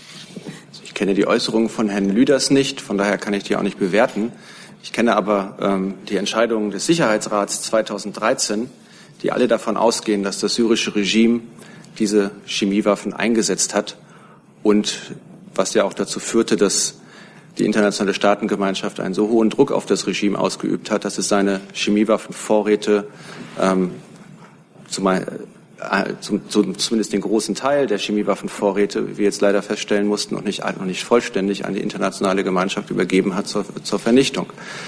Ich kenne die Äußerungen von Herrn Lüders nicht, von daher kann ich die auch nicht bewerten. Ich kenne aber ähm, die Entscheidungen des Sicherheitsrats zweitausenddreizehn, die alle davon ausgehen, dass das syrische Regime diese Chemiewaffen eingesetzt hat und was ja auch dazu führte, dass die internationale Staatengemeinschaft einen so hohen Druck auf das Regime ausgeübt hat, dass es seine Chemiewaffenvorräte, ähm, zum, äh, zum, zum, zumindest den großen Teil der Chemiewaffenvorräte, wie wir jetzt leider feststellen mussten, noch nicht, noch nicht vollständig an die internationale Gemeinschaft übergeben hat zur, zur Vernichtung.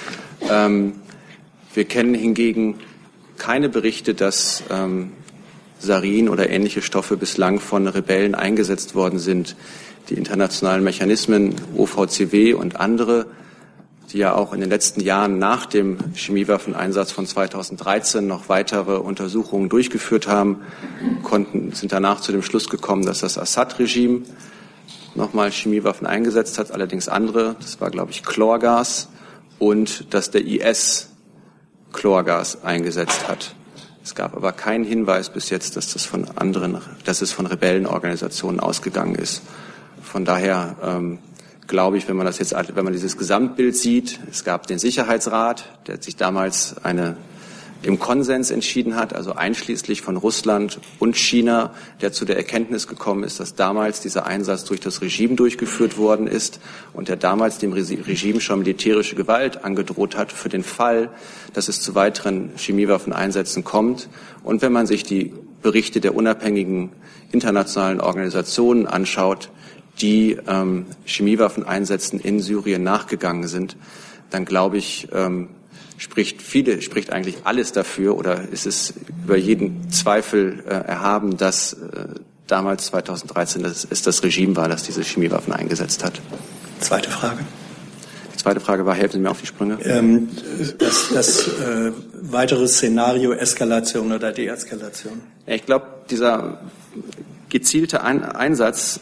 Ähm, wir kennen hingegen keine Berichte, dass ähm, Sarin oder ähnliche Stoffe bislang von Rebellen eingesetzt worden sind. Die internationalen Mechanismen, O V C W und andere, die ja auch in den letzten Jahren nach dem Chemiewaffeneinsatz von zweitausenddreizehn noch weitere Untersuchungen durchgeführt haben, konnten, sind danach zu dem Schluss gekommen, dass das Assad-Regime nochmal Chemiewaffen eingesetzt hat, allerdings andere, das war, glaube ich, Chlorgas, und dass der I S Chlorgas eingesetzt hat. Es gab aber keinen Hinweis bis jetzt, dass das von anderen, dass es von Rebellenorganisationen ausgegangen ist. Von daher ähm, glaube ich, wenn man das jetzt, wenn man dieses Gesamtbild sieht, es gab den Sicherheitsrat, der sich damals eine im Konsens entschieden hat, also einschließlich von Russland und China, der zu der Erkenntnis gekommen ist, dass damals dieser Einsatz durch das Regime durchgeführt worden ist und der damals dem Regime schon militärische Gewalt angedroht hat für den Fall, dass es zu weiteren Chemiewaffeneinsätzen kommt. Und wenn man sich die Berichte der unabhängigen internationalen Organisationen anschaut, die ähm, Chemiewaffeneinsätzen in Syrien nachgegangen sind, dann glaube ich, ähm, spricht viele, spricht eigentlich alles dafür oder ist es über jeden Zweifel äh, erhaben, dass äh, damals zweitausenddreizehn das, es das Regime war, das diese Chemiewaffen eingesetzt hat. Zweite Frage. Die zweite Frage war, helfen Sie mir auf die Sprünge. Ähm, das das äh, weitere Szenario, Eskalation oder Deeskalation? Ja, ich glaube, dieser gezielte Ein- Einsatz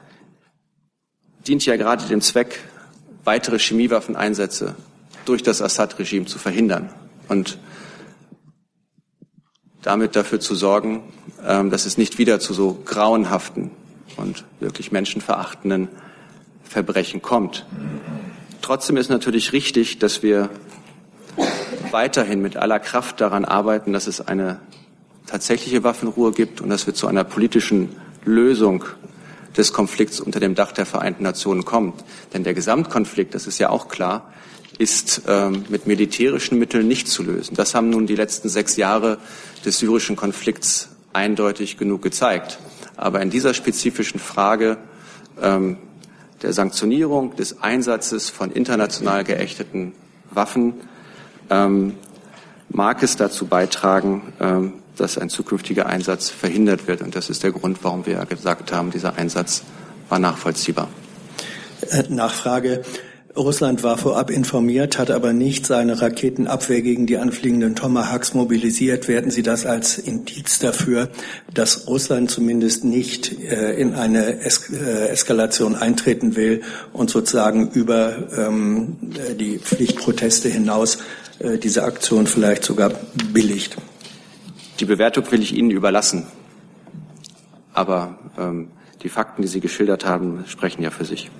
dient ja gerade dem Zweck, weitere Chemiewaffeneinsätze durch das Assad-Regime zu verhindern und damit dafür zu sorgen, dass es nicht wieder zu so grauenhaften und wirklich menschenverachtenden Verbrechen kommt. Trotzdem ist natürlich richtig, dass wir weiterhin mit aller Kraft daran arbeiten, dass es eine tatsächliche Waffenruhe gibt und dass wir zu einer politischen Lösung des Konflikts unter dem Dach der Vereinten Nationen kommen. Denn der Gesamtkonflikt, das ist ja auch klar, ist ähm, mit militärischen Mitteln nicht zu lösen. Das haben nun die letzten sechs Jahre des syrischen Konflikts eindeutig genug gezeigt. Aber in dieser spezifischen Frage ähm, der Sanktionierung, des Einsatzes von international geächteten Waffen ähm, mag es dazu beitragen, ähm, dass ein zukünftiger Einsatz verhindert wird. Und das ist der Grund, warum wir ja gesagt haben, dieser Einsatz war nachvollziehbar. Nachfrage. Russland war vorab informiert, hat aber nicht seine Raketenabwehr gegen die anfliegenden Tomahawks mobilisiert. Werten Sie das als Indiz dafür, dass Russland zumindest nicht äh, in eine es- äh, Eskalation eintreten will und sozusagen über ähm, die Pflichtproteste hinaus äh, diese Aktion vielleicht sogar billigt? Die Bewertung will ich Ihnen überlassen. Aber ähm, die Fakten, die Sie geschildert haben, sprechen ja für sich.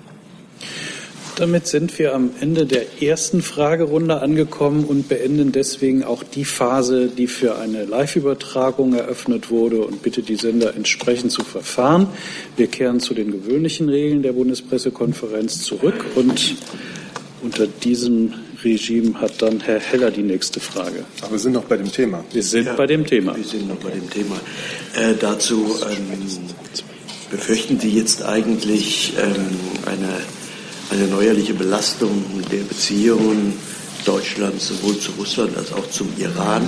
Damit sind wir am Ende der ersten Fragerunde angekommen und beenden deswegen auch die Phase, die für eine Live-Übertragung eröffnet wurde, und bitte die Sender entsprechend zu verfahren. Wir kehren zu den gewöhnlichen Regeln der Bundespressekonferenz zurück, und unter diesem Regime hat dann Herr Heller die nächste Frage. Aber wir sind noch bei dem Thema. Wir sind ja, bei dem Thema. Wir sind noch bei dem Thema. Äh, dazu ähm, befürchten Sie jetzt eigentlich ähm, eine eine neuerliche Belastung der Beziehungen Deutschlands sowohl zu Russland als auch zum Iran,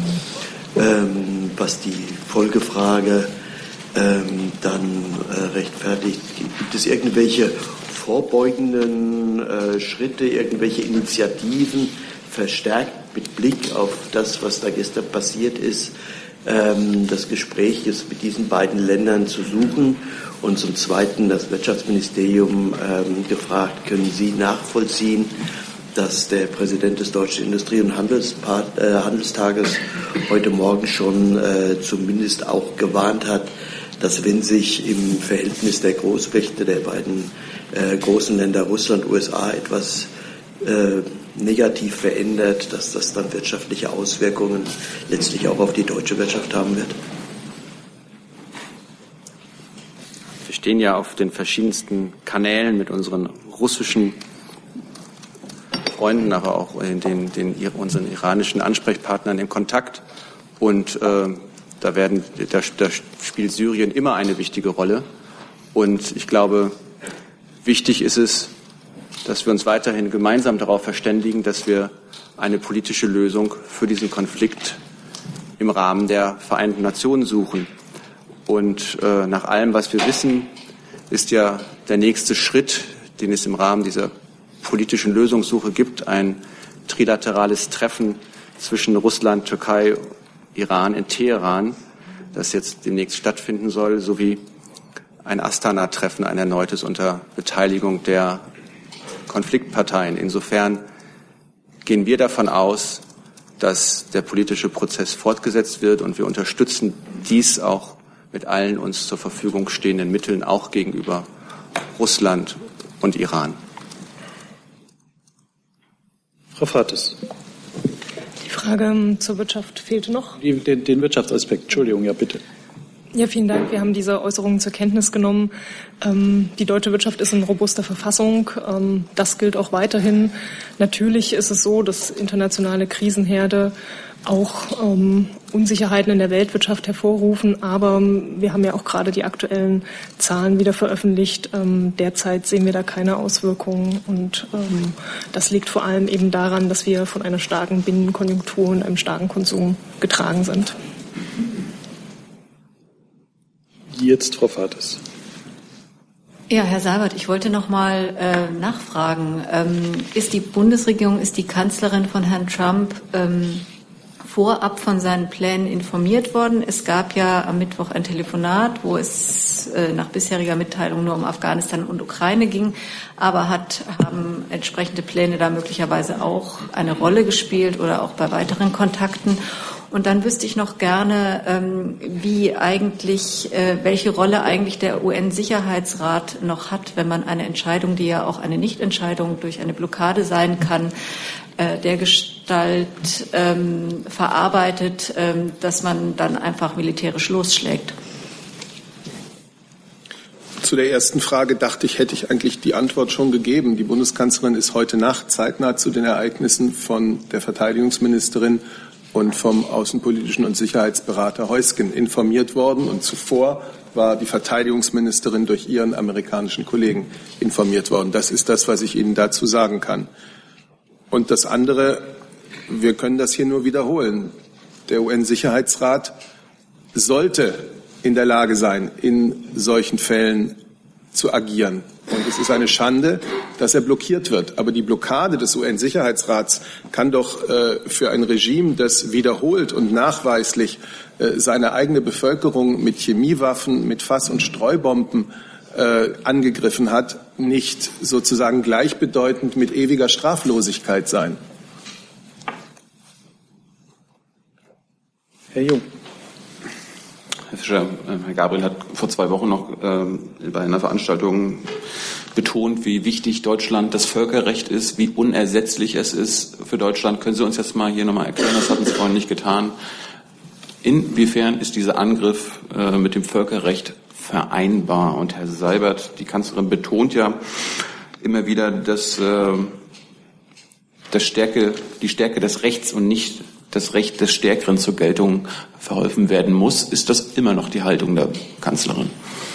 ähm, was die Folgefrage ähm, dann äh, rechtfertigt. Gibt es irgendwelche vorbeugenden äh, Schritte, irgendwelche Initiativen, verstärkt mit Blick auf das, was da gestern passiert ist, ähm, das Gespräch ist mit diesen beiden Ländern zu suchen? Und zum Zweiten das Wirtschaftsministerium ähm, gefragt, können Sie nachvollziehen, dass der Präsident des Deutschen Industrie- und Handelspart- äh, Handelstages heute Morgen schon äh, zumindest auch gewarnt hat, dass wenn sich im Verhältnis der Großmächte der beiden äh, großen Länder Russland und U S A etwas äh, negativ verändert, dass das dann wirtschaftliche Auswirkungen letztlich auch auf die deutsche Wirtschaft haben wird? Wir stehen ja auf den verschiedensten Kanälen mit unseren russischen Freunden, aber auch den, den, den unseren iranischen Ansprechpartnern in Kontakt. Und äh, da, werden, da, da spielt Syrien immer eine wichtige Rolle. Und ich glaube, wichtig ist es, dass wir uns weiterhin gemeinsam darauf verständigen, dass wir eine politische Lösung für diesen Konflikt im Rahmen der Vereinten Nationen suchen. Und äh, nach allem, was wir wissen, ist ja der nächste Schritt, den es im Rahmen dieser politischen Lösungssuche gibt, ein trilaterales Treffen zwischen Russland, Türkei, Iran in Teheran, das jetzt demnächst stattfinden soll, sowie ein Astana-Treffen, ein erneutes unter Beteiligung der Konfliktparteien. Insofern gehen wir davon aus, dass der politische Prozess fortgesetzt wird, und wir unterstützen dies auch mit allen uns zur Verfügung stehenden Mitteln, auch gegenüber Russland und Iran. Frau Fates. Die Frage zur Wirtschaft fehlte noch. Die, den, den Wirtschaftsaspekt, Entschuldigung, ja bitte. Ja, vielen Dank. Wir haben diese Äußerungen zur Kenntnis genommen. Ähm, die deutsche Wirtschaft ist in robuster Verfassung. Ähm, das gilt auch weiterhin. Natürlich ist es so, dass internationale Krisenherde auch ähm, Unsicherheiten in der Weltwirtschaft hervorrufen. Aber ähm, wir haben ja auch gerade die aktuellen Zahlen wieder veröffentlicht. Ähm, derzeit sehen wir da keine Auswirkungen. Und ähm, das liegt vor allem eben daran, dass wir von einer starken Binnenkonjunktur und einem starken Konsum getragen sind. Jetzt Frau Fates. Ja, Herr Seibert, ich wollte noch mal äh, nachfragen. Ähm, ist die Bundesregierung, ist die Kanzlerin von Herrn Trump ähm, vorab von seinen Plänen informiert worden? Es gab ja am Mittwoch ein Telefonat, wo es äh, nach bisheriger Mitteilung nur um Afghanistan und Ukraine ging. Aber hat, haben entsprechende Pläne da möglicherweise auch eine Rolle gespielt oder auch bei weiteren Kontakten? Und dann wüsste ich noch gerne, ähm, wie eigentlich, äh, welche Rolle eigentlich der U N-Sicherheitsrat noch hat, wenn man eine Entscheidung, die ja auch eine Nichtentscheidung durch eine Blockade sein kann, äh, der Gestalt ähm, verarbeitet, ähm, dass man dann einfach militärisch losschlägt. Zu der ersten Frage dachte ich, hätte ich eigentlich die Antwort schon gegeben. Die Bundeskanzlerin ist heute Nacht zeitnah zu den Ereignissen von der Verteidigungsministerin und vom außenpolitischen und Sicherheitsberater Heusgen informiert worden. Und zuvor war die Verteidigungsministerin durch ihren amerikanischen Kollegen informiert worden. Das ist das, was ich Ihnen dazu sagen kann. Und das andere, wir können das hier nur wiederholen. Der U N-Sicherheitsrat sollte in der Lage sein, in solchen Fällen zu agieren. Und es ist eine Schande, dass er blockiert wird. Aber die Blockade des U N-Sicherheitsrats kann doch äh, für ein Regime, das wiederholt und nachweislich äh, seine eigene Bevölkerung mit Chemiewaffen, mit Fass- und Streubomben äh, angegriffen hat, nicht sozusagen gleichbedeutend mit ewiger Straflosigkeit sein. Herr Jung. Herr Fischer, Herr Gabriel hat vor zwei Wochen noch ähm, bei einer Veranstaltung betont, wie wichtig Deutschland das Völkerrecht ist, wie unersetzlich es ist für Deutschland. Können Sie uns jetzt mal hier nochmal erklären, das hatten Sie vorhin nicht getan. Inwiefern ist dieser Angriff äh, mit dem Völkerrecht vereinbar? Und Herr Seibert, die Kanzlerin, betont ja immer wieder, dass, äh, dass Stärke, die Stärke des Rechts und nicht das Recht des Stärkeren zur Geltung verholfen werden muss. Ist das immer noch die Haltung der Kanzlerin?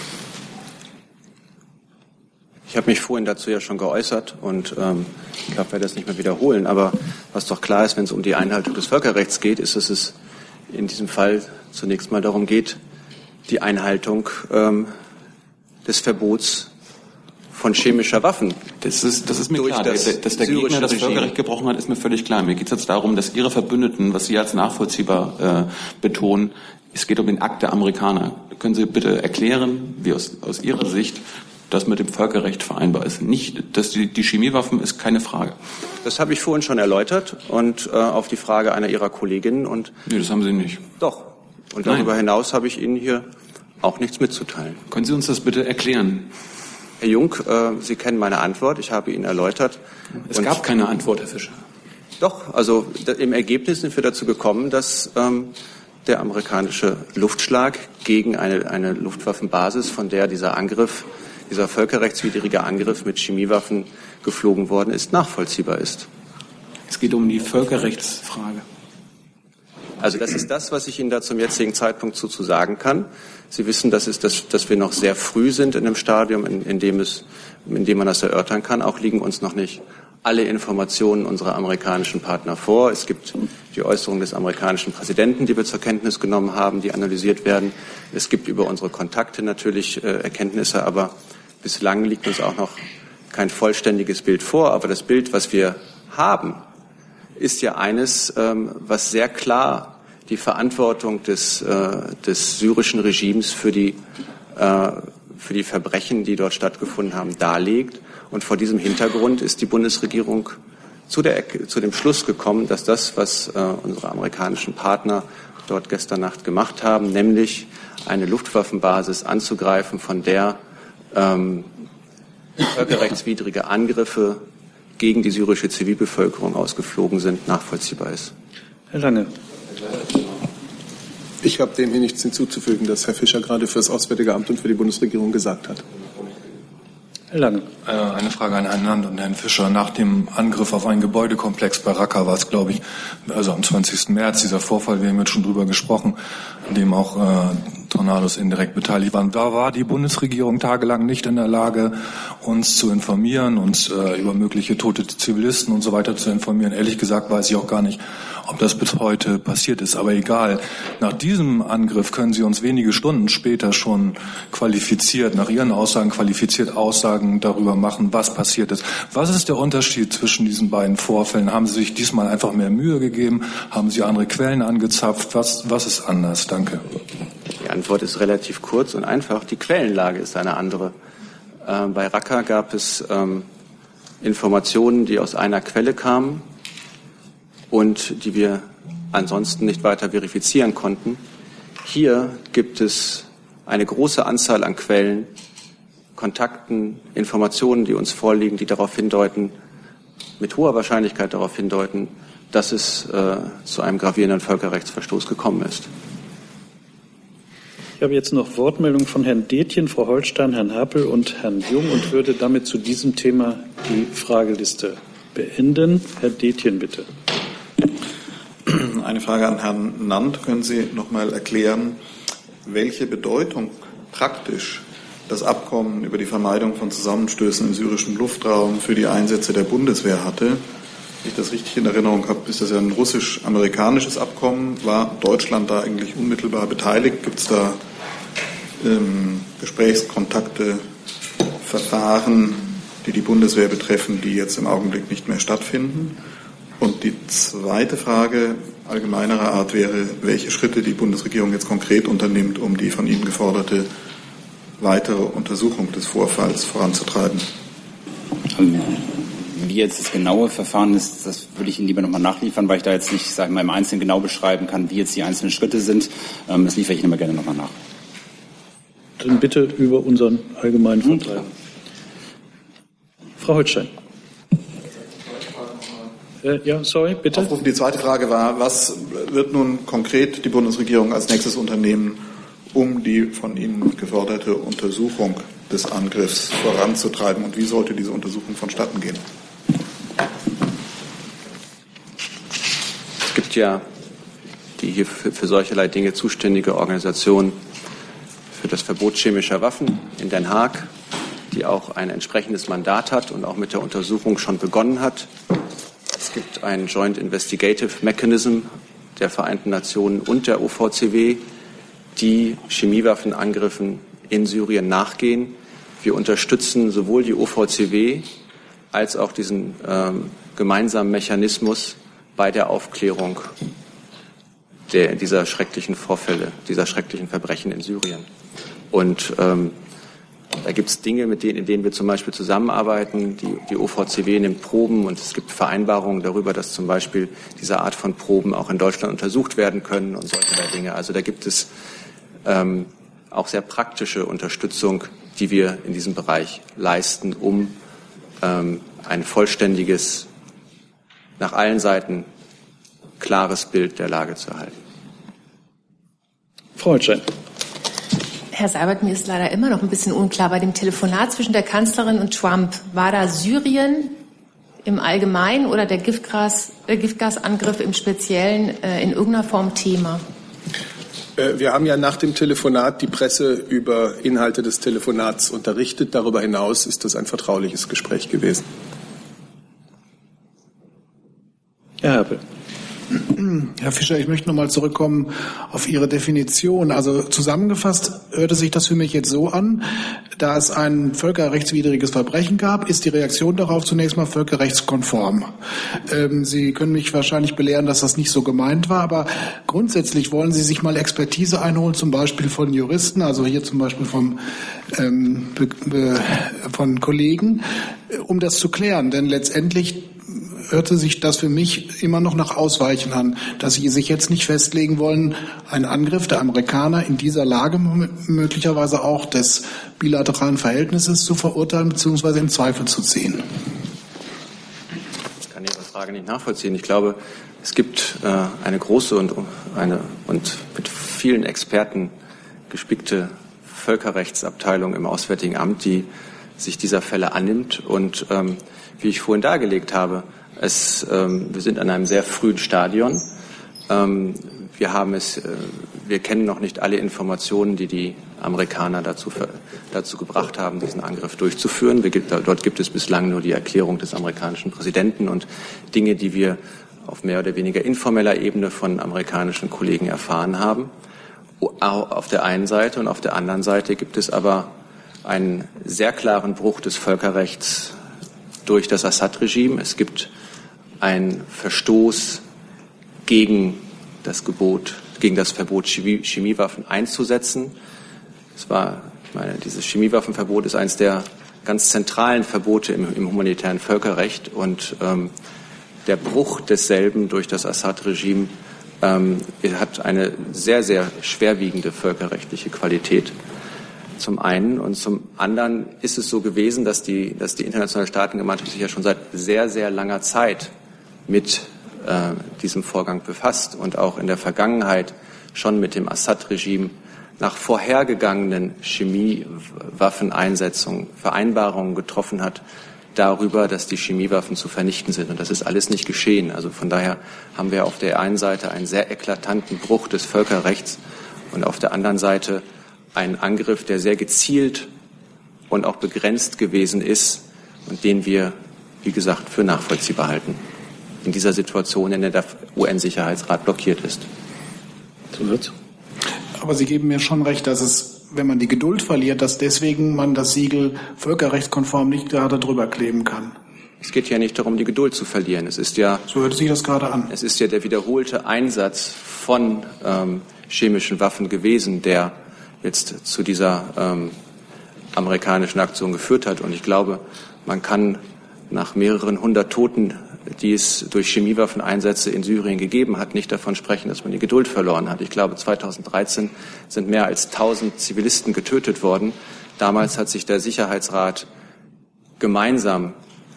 Ich habe mich vorhin dazu ja schon geäußert und ähm, ich glaube, ich werde das nicht mehr wiederholen. Aber was doch klar ist, wenn es um die Einhaltung des Völkerrechts geht, ist, dass es in diesem Fall zunächst mal darum geht, die Einhaltung ähm, des Verbots von chemischer Waffen. Das ist, das ist mir klar. Das dass der Gegner das Regime. Völkerrecht gebrochen hat, ist mir völlig klar. Mir geht es jetzt darum, dass Ihre Verbündeten, was Sie als nachvollziehbar äh, betonen, es geht um den Akt der Amerikaner. Können Sie bitte erklären, wie aus, aus Ihrer Sicht das mit dem Völkerrecht vereinbar ist? Nicht, dass die, die Chemiewaffen ist keine Frage. Das habe ich vorhin schon erläutert und äh, auf die Frage einer Ihrer Kolleginnen. Und nee, das haben Sie nicht. Doch. Und darüber Nein. hinaus habe ich Ihnen hier auch nichts mitzuteilen. Können Sie uns das bitte erklären? Herr Jung, äh, Sie kennen meine Antwort. Ich habe Ihnen erläutert. Es und gab keine Antwort, Herr Fischer. Doch, also da, im Ergebnis sind wir dazu gekommen, dass ähm, der amerikanische Luftschlag gegen eine, eine Luftwaffenbasis, von der dieser Angriff, dieser völkerrechtswidrige Angriff mit Chemiewaffen geflogen worden ist, nachvollziehbar ist. Es geht um die Völkerrechtsfrage. Also das ist das, was ich Ihnen da zum jetzigen Zeitpunkt zu, zu sagen kann. Sie wissen, das ist das, dass wir noch sehr früh sind in einem Stadium, in, in, dem es, in dem man das erörtern kann. Auch liegen uns noch nicht alle Informationen unserer amerikanischen Partner vor. Es gibt die Äußerung des amerikanischen Präsidenten, die wir zur Kenntnis genommen haben, die analysiert werden. Es gibt über unsere Kontakte natürlich äh, Erkenntnisse, aber bislang liegt uns auch noch kein vollständiges Bild vor. Aber das Bild, was wir haben, ist ja eines, ähm, was sehr klar die Verantwortung des, äh, des syrischen Regimes für die, äh, für die Verbrechen, die dort stattgefunden haben, darlegt. Und vor diesem Hintergrund ist die Bundesregierung zu, der, zu dem Schluss gekommen, dass das, was äh, unsere amerikanischen Partner dort gestern Nacht gemacht haben, nämlich eine Luftwaffenbasis anzugreifen, von der ähm, völkerrechtswidrige Angriffe gegen die syrische Zivilbevölkerung ausgeflogen sind, nachvollziehbar ist. Herr Lange. Ich habe dem hier nichts hinzuzufügen, das Herr Fischer gerade für das Auswärtige Amt und für die Bundesregierung gesagt hat. Herr Lange. Eine Frage an Herrn Nant und Herrn Fischer. Nach dem Angriff auf einen Gebäudekomplex bei Raqqa war es, glaube ich, also am zwanzigsten März, dieser Vorfall, wir haben jetzt schon drüber gesprochen, an dem auch äh, Tornados indirekt beteiligt waren. Da war die Bundesregierung tagelang nicht in der Lage, uns zu informieren, uns äh, über mögliche tote Zivilisten und so weiter zu informieren. Ehrlich gesagt weiß ich auch gar nicht, ob das bis heute passiert ist. Aber egal. Nach diesem Angriff können Sie uns wenige Stunden später schon qualifiziert, nach Ihren Aussagen qualifiziert Aussagen darüber machen, was passiert ist. Was ist der Unterschied zwischen diesen beiden Vorfällen? Haben Sie sich diesmal einfach mehr Mühe gegeben? Haben Sie andere Quellen angezapft? Was, was ist anders? Danke. Die Antwort ist relativ kurz und einfach. Die Quellenlage ist eine andere. Äh, bei Raqqa gab es ähm, Informationen, die aus einer Quelle kamen und die wir ansonsten nicht weiter verifizieren konnten. Hier gibt es eine große Anzahl an Quellen, Kontakten, Informationen, die uns vorliegen, die darauf hindeuten, mit hoher Wahrscheinlichkeit darauf hindeuten, dass es äh, zu einem gravierenden Völkerrechtsverstoß gekommen ist. Ich habe jetzt noch Wortmeldungen von Herrn Detjen, Frau Holstein, Herrn Happel und Herrn Jung und würde damit zu diesem Thema die Frageliste beenden. Herr Detjen, bitte. Eine Frage an Herrn Nant. Können Sie noch mal erklären, welche Bedeutung praktisch das Abkommen über die Vermeidung von Zusammenstößen im syrischen Luftraum für die Einsätze der Bundeswehr hatte? Wenn ich das richtig in Erinnerung habe, ist das ja ein russisch-amerikanisches Abkommen. War Deutschland da eigentlich unmittelbar beteiligt? Gibt es da ähm, Gesprächskontakte, Verfahren, die die Bundeswehr betreffen, die jetzt im Augenblick nicht mehr stattfinden? Und die zweite Frage allgemeinerer Art wäre, welche Schritte die Bundesregierung jetzt konkret unternimmt, um die von Ihnen geforderte weitere Untersuchung des Vorfalls voranzutreiben. Wie jetzt das genaue Verfahren ist, das würde ich Ihnen lieber nochmal nachliefern, weil ich da jetzt nicht, sage ich mal, im Einzelnen genau beschreiben kann, wie jetzt die einzelnen Schritte sind. Das liefere ich Ihnen immer gerne nochmal nach. Dann bitte über unseren allgemeinen Vertreter. Frau Holstein. Äh, ja, sorry, bitte. Aufrufen. Die zweite Frage war, was wird nun konkret die Bundesregierung als nächstes unternehmen, um die von Ihnen geforderte Untersuchung des Angriffs voranzutreiben? Und wie sollte diese Untersuchung vonstatten gehen? Es gibt ja die hier für, für solcherlei Dinge zuständige Organisation für das Verbot chemischer Waffen in Den Haag, die auch ein entsprechendes Mandat hat und auch mit der Untersuchung schon begonnen hat. Es gibt einen Joint Investigative Mechanism der Vereinten Nationen und der O V C W, die Chemiewaffenangriffen in Syrien nachgehen. Wir unterstützen sowohl die O V C W als auch diesen ähm, gemeinsamen Mechanismus bei der Aufklärung der, dieser schrecklichen Vorfälle, dieser schrecklichen Verbrechen in Syrien. Und ähm, da gibt es Dinge, mit denen, in denen wir zum Beispiel zusammenarbeiten. Die, die O V C W nimmt Proben und es gibt Vereinbarungen darüber, dass zum Beispiel diese Art von Proben auch in Deutschland untersucht werden können und solche Dinge. Also da gibt es ähm, auch sehr praktische Unterstützung, die wir in diesem Bereich leisten, um ähm, ein vollständiges, nach allen Seiten klares Bild der Lage zu erhalten. Frau Holstein. Herr Seibert, mir ist leider immer noch ein bisschen unklar. Bei dem Telefonat zwischen der Kanzlerin und Trump, war da Syrien im Allgemeinen oder der Giftgas, äh, Giftgasangriff im Speziellen äh, in irgendeiner Form Thema? Wir haben ja nach dem Telefonat die Presse über Inhalte des Telefonats unterrichtet. Darüber hinaus ist das ein vertrauliches Gespräch gewesen. Herr Happel. Herr Fischer, ich möchte noch mal zurückkommen auf Ihre Definition. Also zusammengefasst hörte sich das für mich jetzt so an, da es ein völkerrechtswidriges Verbrechen gab, ist die Reaktion darauf zunächst mal völkerrechtskonform. Ähm, Sie können mich wahrscheinlich belehren, dass das nicht so gemeint war, aber grundsätzlich wollen Sie sich mal Expertise einholen, zum Beispiel von Juristen, also hier zum Beispiel vom, ähm, be, be, von Kollegen, um das zu klären. Denn letztendlich hörte sich das für mich immer noch nach Ausweichen an, dass Sie sich jetzt nicht festlegen wollen, einen Angriff der Amerikaner in dieser Lage möglicherweise auch des bilateralen Verhältnisses zu verurteilen bzw. in Zweifel zu ziehen. Ich kann Ihre Frage nicht nachvollziehen. Ich glaube, es gibt äh, eine große und, eine, und mit vielen Experten gespickte Völkerrechtsabteilung im Auswärtigen Amt, die sich dieser Fälle annimmt. Und ähm, wie ich vorhin dargelegt habe, Es, ähm, wir sind an einem sehr frühen Stadion. Ähm, wir haben es, äh, wir kennen noch nicht alle Informationen, die die Amerikaner dazu, dazu gebracht haben, diesen Angriff durchzuführen. Wir, dort gibt es bislang nur die Erklärung des amerikanischen Präsidenten und Dinge, die wir auf mehr oder weniger informeller Ebene von amerikanischen Kollegen erfahren haben. Auf der einen Seite und auf der anderen Seite gibt es aber einen sehr klaren Bruch des Völkerrechts durch das Assad-Regime. Es gibt ein Verstoß gegen das Gebot, gegen das Verbot, Chemiewaffen einzusetzen. Es war, ich meine, dieses Chemiewaffenverbot ist eines der ganz zentralen Verbote im, im humanitären Völkerrecht und ähm, der Bruch desselben durch das Assad-Regime ähm, hat eine sehr, sehr schwerwiegende völkerrechtliche Qualität. Zum einen. Und zum anderen ist es so gewesen, dass die, dass die internationale Staatengemeinschaft sich ja schon seit sehr, sehr langer Zeit mit äh, diesem Vorgang befasst und auch in der Vergangenheit schon mit dem Assad-Regime nach vorhergegangenen Chemiewaffeneinsetzungen Vereinbarungen getroffen hat darüber, dass die Chemiewaffen zu vernichten sind. Und das ist alles nicht geschehen. Also von daher haben wir auf der einen Seite einen sehr eklatanten Bruch des Völkerrechts und auf der anderen Seite einen Angriff, der sehr gezielt und auch begrenzt gewesen ist und den wir, wie gesagt, für nachvollziehbar halten. In dieser Situation, in der der U N-Sicherheitsrat blockiert ist. Zusatz? Aber Sie geben mir schon recht, dass es, wenn man die Geduld verliert, dass deswegen man das Siegel völkerrechtskonform nicht gerade drüber kleben kann. Es geht ja nicht darum, die Geduld zu verlieren. Es ist ja, so hört sich das gerade an. Es ist ja der wiederholte Einsatz von ähm, chemischen Waffen gewesen, der jetzt zu dieser ähm, amerikanischen Aktion geführt hat. Und ich glaube, man kann nach mehreren hundert Toten, die es durch Chemiewaffeneinsätze in Syrien gegeben hat, nicht davon sprechen, dass man die Geduld verloren hat. Ich glaube, zweitausenddreizehn sind mehr als tausend Zivilisten getötet worden. Damals hat sich der Sicherheitsrat gemeinsam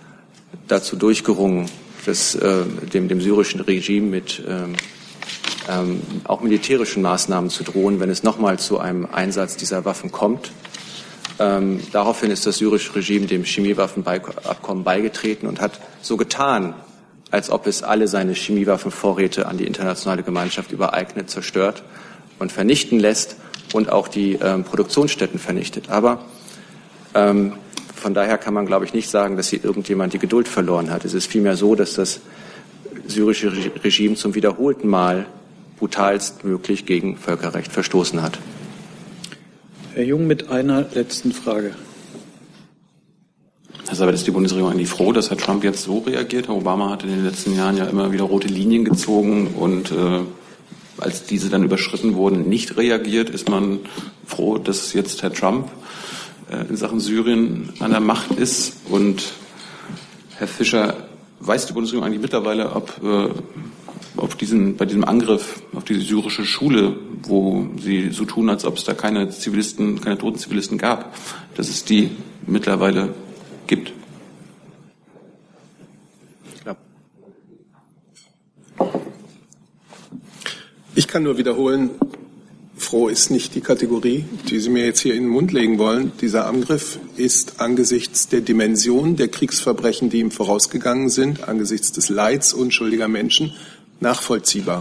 dazu durchgerungen, das, äh, dem, dem syrischen Regime mit ähm, ähm, auch militärischen Maßnahmen zu drohen, wenn es nochmal zu einem Einsatz dieser Waffen kommt. Ähm, daraufhin ist das syrische Regime dem Chemiewaffenabkommen beigetreten und hat so getan, als ob es alle seine Chemiewaffenvorräte an die internationale Gemeinschaft übereignet, zerstört und vernichten lässt und auch die ähm, Produktionsstätten vernichtet. Aber ähm, von daher kann man, glaube ich, nicht sagen, dass hier irgendjemand die Geduld verloren hat. Es ist vielmehr so, dass das syrische Regime zum wiederholten Mal brutalstmöglich gegen Völkerrecht verstoßen hat. Herr Jung mit einer letzten Frage. Herr Seibert, ist die Bundesregierung eigentlich froh, dass Herr Trump jetzt so reagiert? Herr Obama hat in den letzten Jahren ja immer wieder rote Linien gezogen und äh, als diese dann überschritten wurden, nicht reagiert. Ist man froh, dass jetzt Herr Trump äh, in Sachen Syrien an der Macht ist? Und Herr Fischer, weiß die Bundesregierung eigentlich mittlerweile, ob äh, auf diesen, bei diesem Angriff auf diese syrische Schule, wo sie so tun, als ob es da keine Zivilisten, keine toten Zivilisten gab, dass es die mittlerweile gibt? Ja. Ich kann nur wiederholen, froh ist nicht die Kategorie, die Sie mir jetzt hier in den Mund legen wollen. Dieser Angriff ist angesichts der Dimension der Kriegsverbrechen, die ihm vorausgegangen sind, angesichts des Leids unschuldiger Menschen, nachvollziehbar.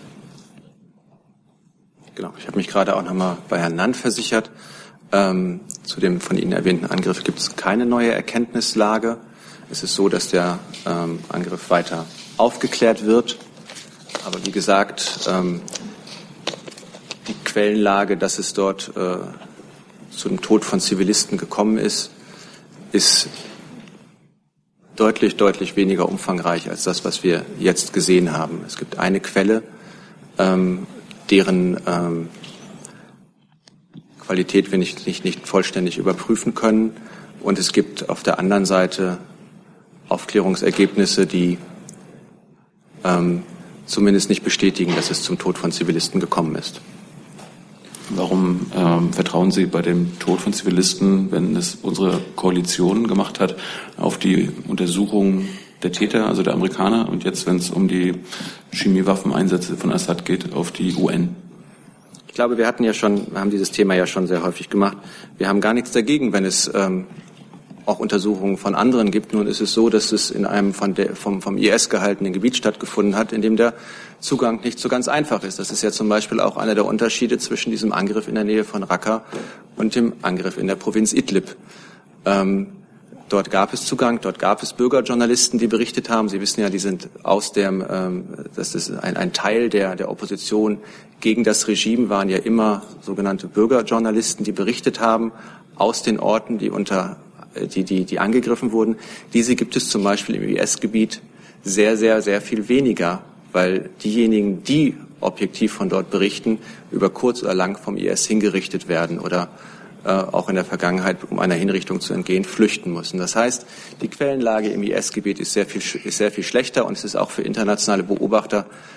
Genau, ich habe mich gerade auch noch mal bei Herrn Nant versichert. Ähm, zu dem von Ihnen erwähnten Angriff gibt es keine neue Erkenntnislage. Es ist so, dass der ähm, Angriff weiter aufgeklärt wird. Aber wie gesagt, ähm, die Quellenlage, dass es dort äh, zu dem Tod von Zivilisten gekommen ist, ist deutlich, deutlich weniger umfangreich als das, was wir jetzt gesehen haben. Es gibt eine Quelle, ähm, deren ähm, Qualität wir nicht, nicht, nicht vollständig überprüfen können. Und es gibt auf der anderen Seite Aufklärungsergebnisse, die ähm, zumindest nicht bestätigen, dass es zum Tod von Zivilisten gekommen ist. Warum ähm, vertrauen Sie bei dem Tod von Zivilisten, wenn es unsere Koalition gemacht hat, auf die Untersuchung der Täter, also der Amerikaner, und jetzt, wenn es um die Chemiewaffeneinsätze von Assad geht, auf die U N? Ich glaube, wir hatten ja schon, wir haben dieses Thema ja schon sehr häufig gemacht. Wir haben gar nichts dagegen, wenn es ähm, auch Untersuchungen von anderen gibt. Nun ist es so, dass es in einem von der, vom, vom I S gehaltenen Gebiet stattgefunden hat, in dem der Zugang nicht so ganz einfach ist. Das ist ja zum Beispiel auch einer der Unterschiede zwischen diesem Angriff in der Nähe von Raqqa und dem Angriff in der Provinz Idlib. Ähm, dort gab es Zugang, dort gab es Bürgerjournalisten, die berichtet haben. Sie wissen ja, die sind aus dem, ähm, das ist ein, ein Teil der, der Opposition gegen das Regime, waren ja immer sogenannte Bürgerjournalisten, die berichtet haben aus den Orten, die unter Die, die, die angegriffen wurden. Diese gibt es zum Beispiel im I S-Gebiet sehr, sehr, sehr viel weniger, weil diejenigen, die objektiv von dort berichten, über kurz oder lang vom I S hingerichtet werden oder äh, auch in der Vergangenheit, um einer Hinrichtung zu entgehen, flüchten müssen. Das heißt, die Quellenlage im I S-Gebiet ist sehr viel, ist sehr viel schlechter und es ist auch für internationale Beobachter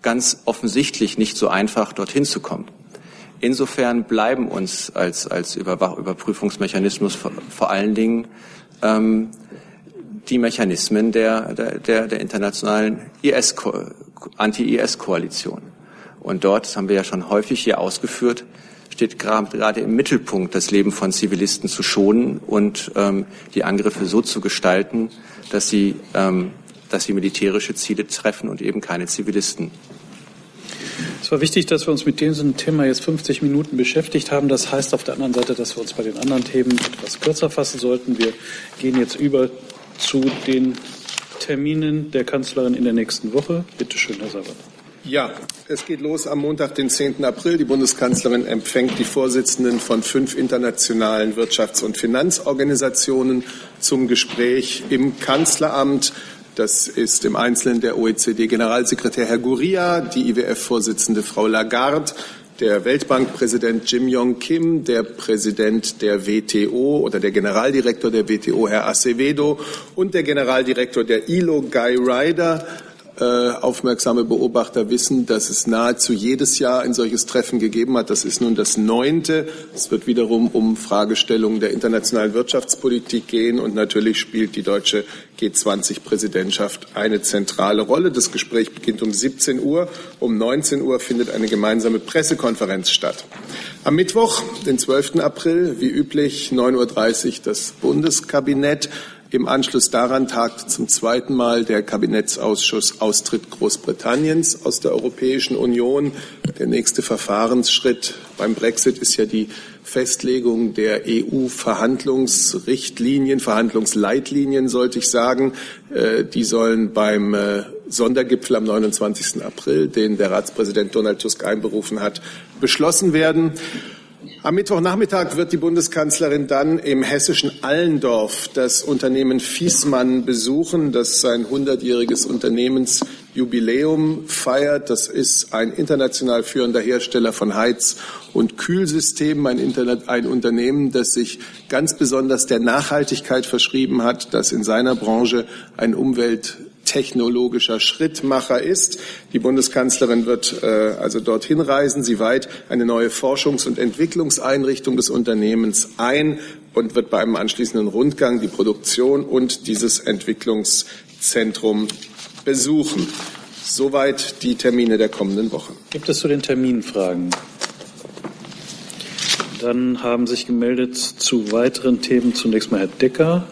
ganz offensichtlich nicht so einfach, dorthin zu kommen. Insofern bleiben uns als, als Überwach- Überprüfungsmechanismus vor, vor allen Dingen ähm, die Mechanismen der, der, der, der internationalen I S, Anti-I S-Koalition. Und dort, das haben wir ja schon häufig hier ausgeführt, steht gerade im Mittelpunkt, das Leben von Zivilisten zu schonen und ähm, die Angriffe so zu gestalten, dass sie, ähm, dass sie militärische Ziele treffen und eben keine Zivilisten. Es war wichtig, dass wir uns mit diesem Thema jetzt fünfzig Minuten beschäftigt haben. Das heißt auf der anderen Seite, dass wir uns bei den anderen Themen etwas kürzer fassen sollten. Wir gehen jetzt über zu den Terminen der Kanzlerin in der nächsten Woche. Bitte schön, Herr Sabat. Ja, es geht los am Montag, den zehnten April. Die Bundeskanzlerin empfängt die Vorsitzenden von fünf internationalen Wirtschafts- und Finanzorganisationen zum Gespräch im Kanzleramt. Das ist im Einzelnen der O E C D-Generalsekretär Herr Gurria, die I W F-Vorsitzende Frau Lagarde, der Weltbankpräsident Jim Yong Kim, der Präsident der W T O oder der Generaldirektor der W T O Herr Acevedo und der Generaldirektor der I L O Guy Ryder. Äh, aufmerksame Beobachter wissen, dass es nahezu jedes Jahr ein solches Treffen gegeben hat. Das ist nun das neunte. Es wird wiederum um Fragestellungen der internationalen Wirtschaftspolitik gehen und natürlich spielt die deutsche G zwanzig Präsidentschaft eine zentrale Rolle. Das Gespräch beginnt um siebzehn Uhr. Um neunzehn Uhr findet eine gemeinsame Pressekonferenz statt. Am Mittwoch, den zwölften April, wie üblich, neun Uhr dreißig das Bundeskabinett. Im Anschluss daran tagt zum zweiten Mal der Kabinettsausschuss Austritt Großbritanniens aus der Europäischen Union. Der nächste Verfahrensschritt beim Brexit ist ja die Festlegung der E U-Verhandlungsrichtlinien, Verhandlungsleitlinien, sollte ich sagen. Die sollen beim Sondergipfel am neunundzwanzigsten April, den der Ratspräsident Donald Tusk einberufen hat, beschlossen werden. Am Mittwochnachmittag wird die Bundeskanzlerin dann im hessischen Allendorf das Unternehmen Viessmann besuchen, das sein hundertjähriges Unternehmensjubiläum feiert. Das ist ein international führender Hersteller von Heiz- und Kühlsystemen, ein, Internet, ein Unternehmen, das sich ganz besonders der Nachhaltigkeit verschrieben hat, das in seiner Branche ein Umwelt technologischer Schrittmacher ist. Die Bundeskanzlerin wird äh, also dorthin reisen. Sie weiht eine neue Forschungs- und Entwicklungseinrichtung des Unternehmens ein und wird bei einem anschließenden Rundgang die Produktion und dieses Entwicklungszentrum besuchen. Soweit die Termine der kommenden Woche. Gibt es zu den Terminen Fragen? Dann haben sich gemeldet zu weiteren Themen zunächst mal Herr Decker.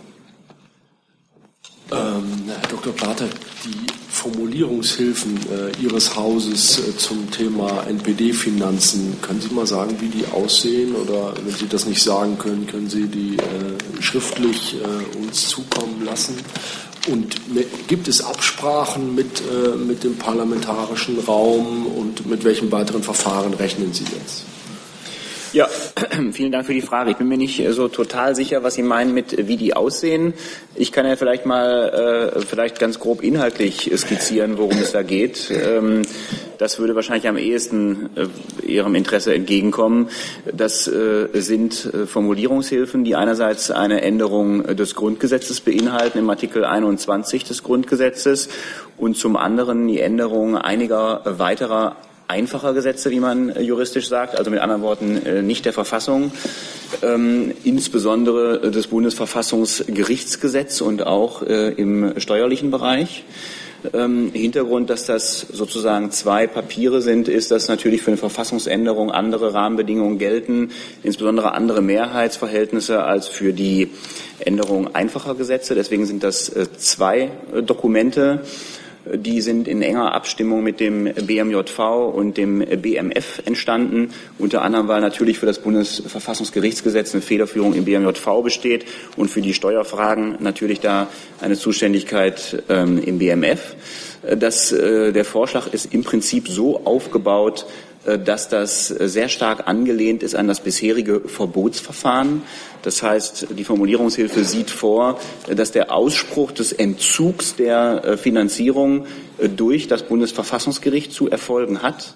Ähm, Herr Doktor Plater, die Formulierungshilfen äh, Ihres Hauses äh, zum Thema N P D-Finanzen, können Sie mal sagen, wie die aussehen? Oder wenn Sie das nicht sagen können, können Sie die äh, schriftlich äh, uns zukommen lassen? Und gibt es Absprachen mit, äh, mit dem parlamentarischen Raum und mit welchen weiteren Verfahren rechnen Sie jetzt? Ja, vielen Dank für die Frage. Ich bin mir nicht so total sicher, was Sie meinen mit, wie die aussehen. Ich kann ja vielleicht mal äh, vielleicht ganz grob inhaltlich skizzieren, worum es da geht. Ähm, das würde wahrscheinlich am ehesten äh, Ihrem Interesse entgegenkommen. Das äh, sind äh, Formulierungshilfen, die einerseits eine Änderung des Grundgesetzes beinhalten, im Artikel einundzwanzig des Grundgesetzes, und zum anderen die Änderung einiger weiterer einfacher Gesetze, wie man juristisch sagt, also mit anderen Worten nicht der Verfassung, ähm, insbesondere des Bundesverfassungsgerichtsgesetz und auch äh, im steuerlichen Bereich. Ähm, Hintergrund, dass das sozusagen zwei Papiere sind, ist, dass natürlich für eine Verfassungsänderung andere Rahmenbedingungen gelten, insbesondere andere Mehrheitsverhältnisse als für die Änderung einfacher Gesetze. Deswegen sind das äh, zwei äh, Dokumente. Die sind in enger Abstimmung mit dem B M J V und dem B M F entstanden, unter anderem, weil natürlich für das Bundesverfassungsgerichtsgesetz eine Federführung im B M J V besteht und für die Steuerfragen natürlich da eine Zuständigkeit ähm, im B M F. Das, äh, der Vorschlag ist im Prinzip so aufgebaut, dass das sehr stark angelehnt ist an das bisherige Verbotsverfahren. Das heißt, die Formulierungshilfe sieht vor, dass der Ausspruch des Entzugs der Finanzierung durch das Bundesverfassungsgericht zu erfolgen hat.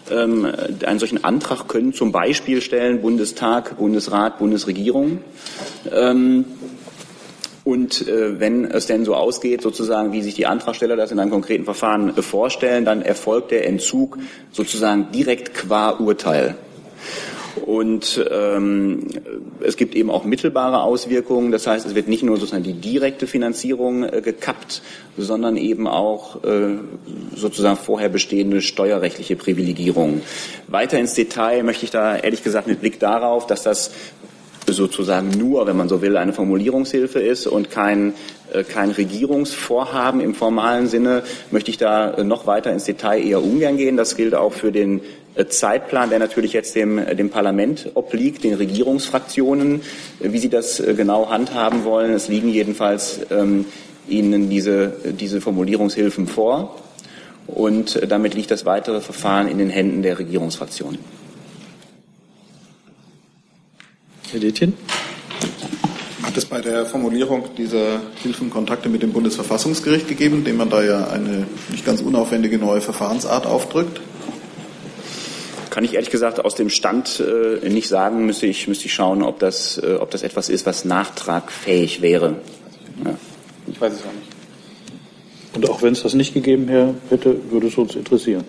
Einen solchen Antrag können zum Beispiel stellen Bundestag, Bundesrat, Bundesregierung. Und äh, wenn es denn so ausgeht, sozusagen, wie sich die Antragsteller das in einem konkreten Verfahren äh, vorstellen, dann erfolgt der Entzug sozusagen direkt qua Urteil. Und ähm, es gibt eben auch mittelbare Auswirkungen. Das heißt, es wird nicht nur sozusagen die direkte Finanzierung äh, gekappt, sondern eben auch äh, sozusagen vorher bestehende steuerrechtliche Privilegierungen. Weiter ins Detail möchte ich da ehrlich gesagt mit Blick darauf, dass das sozusagen nur, wenn man so will, eine Formulierungshilfe ist und kein, äh, kein Regierungsvorhaben im formalen Sinne, möchte ich da äh, noch weiter ins Detail eher ungern gehen. Das gilt auch für den äh, Zeitplan, der natürlich jetzt dem, äh, dem Parlament obliegt, den Regierungsfraktionen, äh, wie sie das äh, genau handhaben wollen. Es liegen jedenfalls ähm, Ihnen diese, diese Formulierungshilfen vor und äh, damit liegt das weitere Verfahren in den Händen der Regierungsfraktionen. Herr Detjen? Hat es bei der Formulierung dieser Hilfen Kontakte mit dem Bundesverfassungsgericht gegeben, dem man da ja eine nicht ganz unaufwendige neue Verfahrensart aufdrückt? Kann ich ehrlich gesagt aus dem Stand äh, nicht sagen. Müsste ich, müsste ich schauen, ob das, äh, ob das etwas ist, was nachtragfähig wäre. Ja. Ich weiß es auch nicht. Und auch wenn es das nicht gegeben hätte, würde es uns interessieren.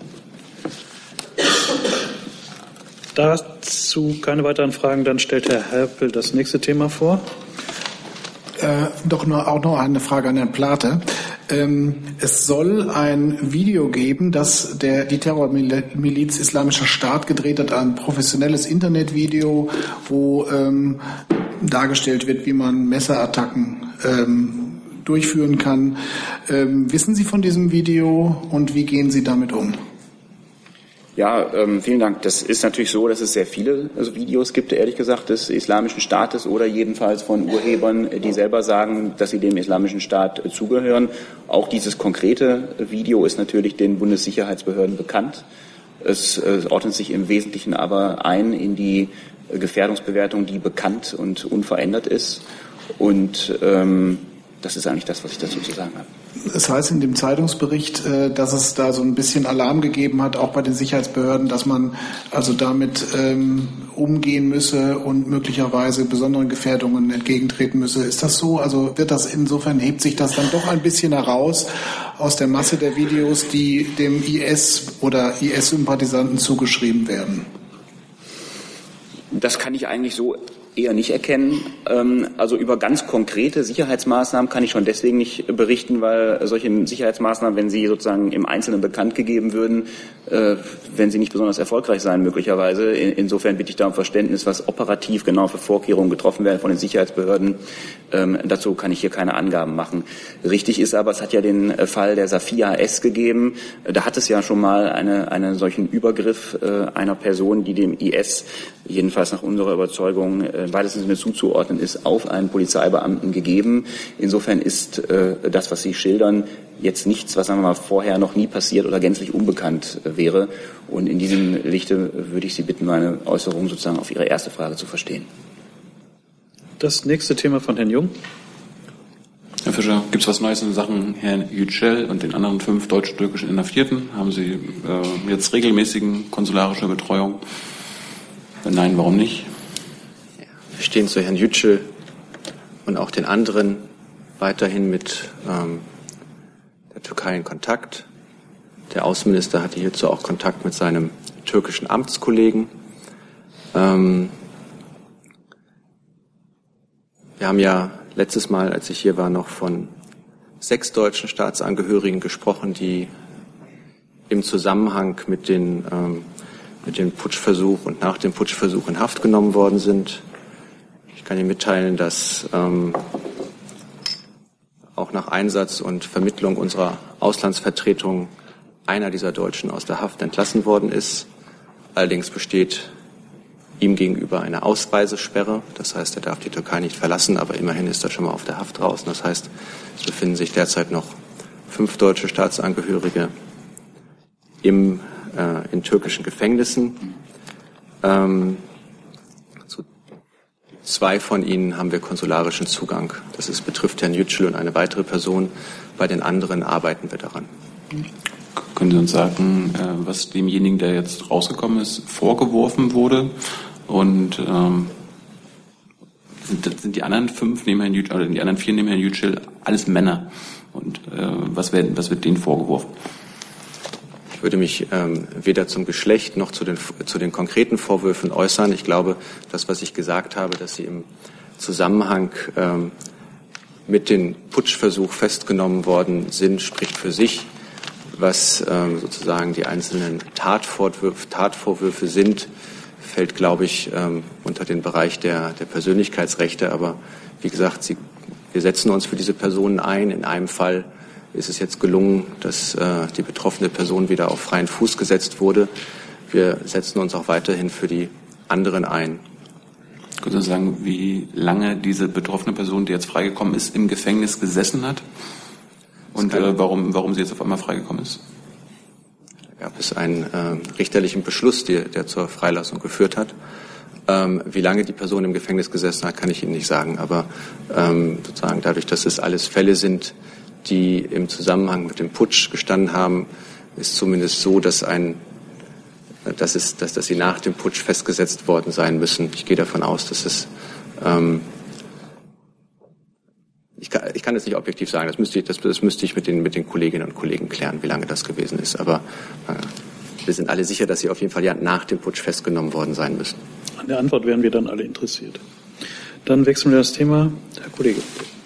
Dazu keine weiteren Fragen. Dann stellt Herr Herpel das nächste Thema vor. Äh, doch nur, auch noch eine Frage an Herrn Plate. Ähm, es soll ein Video geben, das der, die Terrormiliz Islamischer Staat gedreht hat, ein professionelles Internetvideo, wo ähm, dargestellt wird, wie man Messerattacken ähm, durchführen kann. Ähm, wissen Sie von diesem Video und wie gehen Sie damit um? Ja, ähm, vielen Dank. Das ist natürlich so, dass es sehr viele also Videos gibt, ehrlich gesagt, des Islamischen Staates oder jedenfalls von Urhebern, die selber sagen, dass sie dem Islamischen Staat äh, zugehören. Auch dieses konkrete Video ist natürlich den Bundessicherheitsbehörden bekannt. Es äh, ordnet sich im Wesentlichen aber ein in die äh, Gefährdungsbewertung, die bekannt und unverändert ist. Und ähm, das ist eigentlich das, was ich dazu zu sagen habe. Es heißt in dem Zeitungsbericht, dass es da so ein bisschen Alarm gegeben hat, auch bei den Sicherheitsbehörden, dass man also damit ähm, umgehen müsse und möglicherweise besonderen Gefährdungen entgegentreten müsse. Ist das so? Also wird das insofern, hebt sich das dann doch ein bisschen heraus aus der Masse der Videos, die dem I S oder I S-Sympathisanten zugeschrieben werden? Das kann ich eigentlich so eher nicht erkennen. Also über ganz konkrete Sicherheitsmaßnahmen kann ich schon deswegen nicht berichten, weil solche Sicherheitsmaßnahmen, wenn sie sozusagen im Einzelnen bekannt gegeben würden, wenn sie nicht besonders erfolgreich sein möglicherweise. Insofern bitte ich da um Verständnis, was operativ genau für Vorkehrungen getroffen werden von den Sicherheitsbehörden. Dazu kann ich hier keine Angaben machen. Richtig ist aber, es hat ja den Fall der Safia S. gegeben. Da hat es ja schon mal eine, einen solchen Übergriff einer Person, die dem I S jedenfalls nach unserer Überzeugung im weitesten Sinne zuzuordnen ist, auf einen Polizeibeamten gegeben. Insofern ist äh, das, was Sie schildern, jetzt nichts, was sagen wir mal vorher noch nie passiert oder gänzlich unbekannt äh, wäre. Und in diesem Lichte würde ich Sie bitten, meine Äußerung sozusagen auf Ihre erste Frage zu verstehen. Das nächste Thema von Herrn Jung. Herr Fischer, gibt es was Neues in Sachen Herrn Yücel und den anderen fünf deutsch-türkischen Inhaftierten? Haben Sie äh, jetzt regelmäßigen konsularische Betreuung? Wenn nein, warum nicht? Wir stehen zu Herrn Yücel und auch den anderen weiterhin mit ähm, der Türkei in Kontakt. Der Außenminister hatte hierzu auch Kontakt mit seinem türkischen Amtskollegen. Ähm, wir haben ja letztes Mal, als ich hier war, noch von sechs deutschen Staatsangehörigen gesprochen, die im Zusammenhang mit, den, ähm, mit dem Putschversuch und nach dem Putschversuch in Haft genommen worden sind. Ich kann Ihnen mitteilen, dass ähm, auch nach Einsatz und Vermittlung unserer Auslandsvertretung einer dieser Deutschen aus der Haft entlassen worden ist. Allerdings besteht ihm gegenüber eine Ausreisesperre. Das heißt, er darf die Türkei nicht verlassen, aber immerhin ist er schon mal auf der Haft draußen. Das heißt, es befinden sich derzeit noch fünf deutsche Staatsangehörige im, äh, in türkischen Gefängnissen. Ähm, zu zwei von ihnen haben wir konsularischen Zugang. Das ist, betrifft Herrn Yücel und eine weitere Person. Bei den anderen arbeiten wir daran. Können Sie uns sagen, was demjenigen, der jetzt rausgekommen ist, vorgeworfen wurde? Und ähm, sind, sind die anderen fünf neben Herrn Yücel, oder die anderen vier neben Herrn Yücel alles Männer. Und äh, was, werden, was wird denen vorgeworfen? Ich würde mich ähm, weder zum Geschlecht noch zu den, zu den konkreten Vorwürfen äußern. Ich glaube, das, was ich gesagt habe, dass sie im Zusammenhang ähm, mit dem Putschversuch festgenommen worden sind, spricht für sich. Was ähm, sozusagen die einzelnen Tatvorwürfe, Tatvorwürfe sind, fällt, glaube ich, ähm, unter den Bereich der, der Persönlichkeitsrechte. Aber wie gesagt, sie, wir setzen uns für diese Personen ein. In einem Fall ist es jetzt gelungen, dass äh, die betroffene Person wieder auf freien Fuß gesetzt wurde. Wir setzen uns auch weiterhin für die anderen ein. Können Sie sagen, wie lange diese betroffene Person, die jetzt freigekommen ist, im Gefängnis gesessen hat? Und äh, warum, warum sie jetzt auf einmal freigekommen ist? Da gab es einen äh, richterlichen Beschluss, der, der zur Freilassung geführt hat. Ähm, wie lange die Person im Gefängnis gesessen hat, kann ich Ihnen nicht sagen. Aber ähm, sozusagen dadurch, dass es alles Fälle sind, die im Zusammenhang mit dem Putsch gestanden haben, ist zumindest so, dass ein, dass es, dass, dass sie nach dem Putsch festgesetzt worden sein müssen. Ich gehe davon aus, dass es, ähm, ich kann, ich kann jetzt nicht objektiv sagen. Das müsste ich, das, das müsste ich mit den, mit den Kolleginnen und Kollegen klären, wie lange das gewesen ist. Aber äh, wir sind alle sicher, dass sie auf jeden Fall ja nach dem Putsch festgenommen worden sein müssen. An der Antwort wären wir dann alle interessiert. Dann wechseln wir das Thema. Herr Kollege.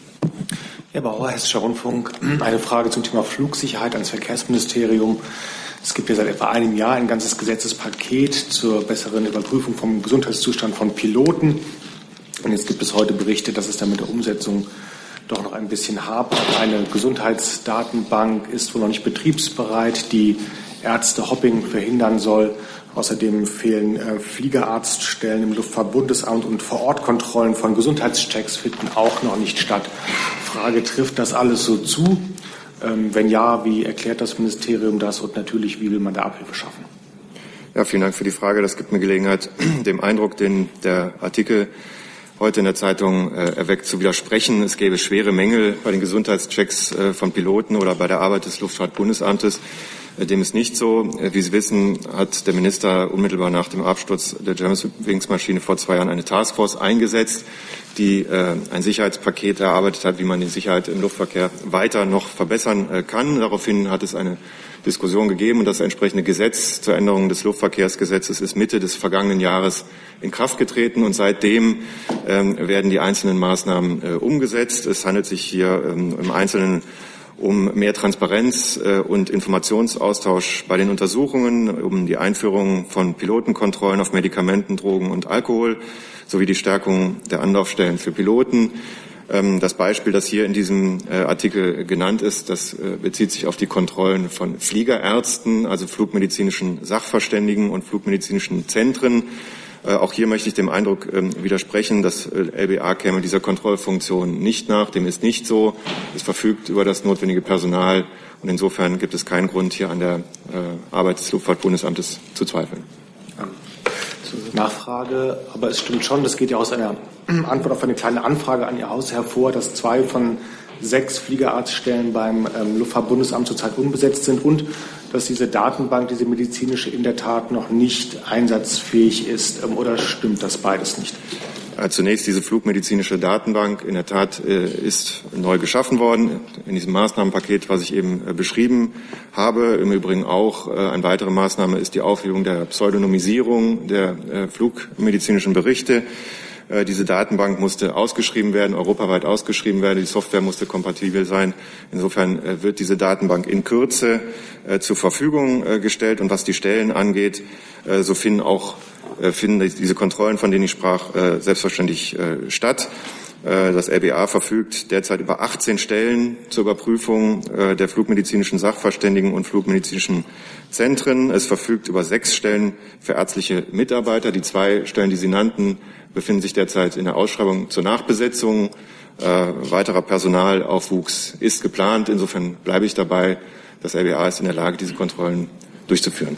Herr Bauer, Hessischer Rundfunk. Eine Frage zum Thema Flugsicherheit ans Verkehrsministerium. Es gibt ja seit etwa einem Jahr ein ganzes Gesetzespaket zur besseren Überprüfung vom Gesundheitszustand von Piloten. Und jetzt gibt es heute Berichte, dass es da mit der Umsetzung doch noch ein bisschen hapert. Eine Gesundheitsdatenbank ist wohl noch nicht betriebsbereit, die Ärzte-Hopping verhindern soll. Außerdem fehlen äh, Fliegerarztstellen im Luftfahrtbundesamt und Vorortkontrollen von Gesundheitschecks finden auch noch nicht statt. Frage, trifft das alles so zu? Ähm, wenn ja, wie erklärt das Ministerium das und natürlich, wie will man da Abhilfe schaffen? Ja, vielen Dank für die Frage. Das gibt mir Gelegenheit, dem Eindruck, den der Artikel heute in der Zeitung äh, erweckt, zu widersprechen. Es gäbe schwere Mängel bei den Gesundheitschecks äh, von Piloten oder bei der Arbeit des Luftfahrtbundesamtes. Dem ist nicht so. Wie Sie wissen, hat der Minister unmittelbar nach dem Absturz der Germanwings-Maschine vor zwei Jahren eine Taskforce eingesetzt, die äh, ein Sicherheitspaket erarbeitet hat, wie man die Sicherheit im Luftverkehr weiter noch verbessern äh, kann. Daraufhin hat es eine Diskussion gegeben und das entsprechende Gesetz zur Änderung des Luftverkehrsgesetzes ist Mitte des vergangenen Jahres in Kraft getreten und seitdem ähm, werden die einzelnen Maßnahmen äh, umgesetzt. Es handelt sich hier ähm, im Einzelnen um mehr Transparenz äh, und Informationsaustausch bei den Untersuchungen, um die Einführung von Pilotenkontrollen auf Medikamenten, Drogen und Alkohol sowie die Stärkung der Anlaufstellen für Piloten. Ähm, das Beispiel, das hier in diesem äh, Artikel genannt ist, das äh, bezieht sich auf die Kontrollen von Fliegerärzten, also flugmedizinischen Sachverständigen und flugmedizinischen Zentren. Auch hier möchte ich dem Eindruck äh, widersprechen, das äh, L B A käme dieser Kontrollfunktion nicht nach. Dem ist nicht so. Es verfügt über das notwendige Personal und insofern gibt es keinen Grund, hier an der äh, Arbeit des Luftfahrtbundesamtes zu zweifeln. Nachfrage, aber es stimmt schon, das geht ja aus einer Antwort auf eine kleine Anfrage an Ihr Haus hervor, dass zwei von sechs Fliegerarztstellen beim ähm, Luftfahrtbundesamt zurzeit unbesetzt sind und dass diese Datenbank, diese medizinische, in der Tat noch nicht einsatzfähig ist. Ähm, oder stimmt das beides nicht? Zunächst diese flugmedizinische Datenbank in der Tat äh, ist neu geschaffen worden in diesem Maßnahmenpaket, was ich eben äh, beschrieben habe. Im Übrigen auch äh, eine weitere Maßnahme ist die Aufhebung der Pseudonymisierung der äh, flugmedizinischen Berichte. Äh, diese Datenbank musste ausgeschrieben werden, europaweit ausgeschrieben werden. Die Software musste kompatibel sein. Insofern äh, wird diese Datenbank in Kürze äh, zur Verfügung äh, gestellt. Und was die Stellen angeht, äh, so finden auch finden diese Kontrollen, von denen ich sprach, selbstverständlich statt. Das L B A verfügt derzeit über achtzehn Stellen zur Überprüfung der flugmedizinischen Sachverständigen und flugmedizinischen Zentren. Es verfügt über sechs Stellen für ärztliche Mitarbeiter. Die zwei Stellen, die Sie nannten, befinden sich derzeit in der Ausschreibung zur Nachbesetzung. Weiterer Personalaufwuchs ist geplant. Insofern bleibe ich dabei. Das L B A ist in der Lage, diese Kontrollen durchzuführen.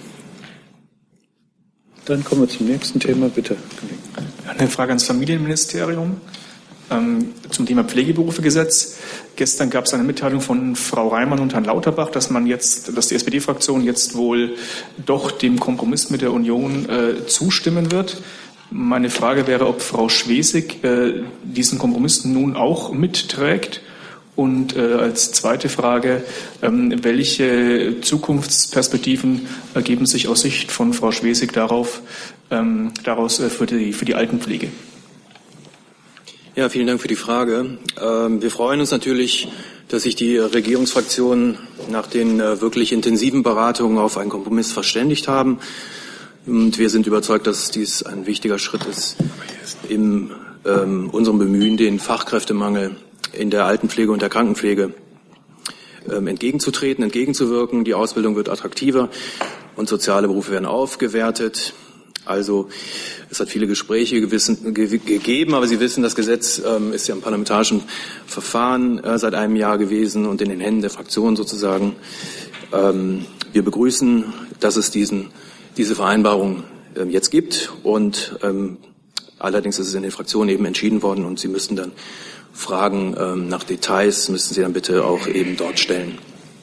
Dann kommen wir zum nächsten Thema, bitte. Eine Frage ans Familienministerium ähm, zum Thema Pflegeberufegesetz. Gestern gab es eine Mitteilung von Frau Reimann und Herrn Lauterbach, dass man jetzt, dass die S P D-Fraktion jetzt wohl doch dem Kompromiss mit der Union äh, zustimmen wird. Meine Frage wäre, ob Frau Schwesig äh, diesen Kompromiss nun auch mitträgt. Und äh, als zweite Frage, ähm, welche Zukunftsperspektiven ergeben sich aus Sicht von Frau Schwesig darauf, ähm, daraus äh, für die, für die Altenpflege? Ja, vielen Dank für die Frage. Ähm, wir freuen uns natürlich, dass sich die Regierungsfraktionen nach den äh, wirklich intensiven Beratungen auf einen Kompromiss verständigt haben. Und wir sind überzeugt, dass dies ein wichtiger Schritt ist in ähm, unserem Bemühen, den Fachkräftemangel in der Altenpflege und der Krankenpflege ähm, entgegenzutreten, entgegenzuwirken. Die Ausbildung wird attraktiver und soziale Berufe werden aufgewertet. Also es hat viele Gespräche gewissen, ge, gegeben, aber Sie wissen, das Gesetz ähm, ist ja im parlamentarischen Verfahren äh, seit einem Jahr gewesen und in den Händen der Fraktionen sozusagen. Ähm, wir begrüßen, dass es diesen, diese Vereinbarung ähm, jetzt gibt und ähm, allerdings ist es in den Fraktionen eben entschieden worden und Sie müssen dann Fragen ähm, nach Details müssen Sie dann bitte auch eben dort stellen.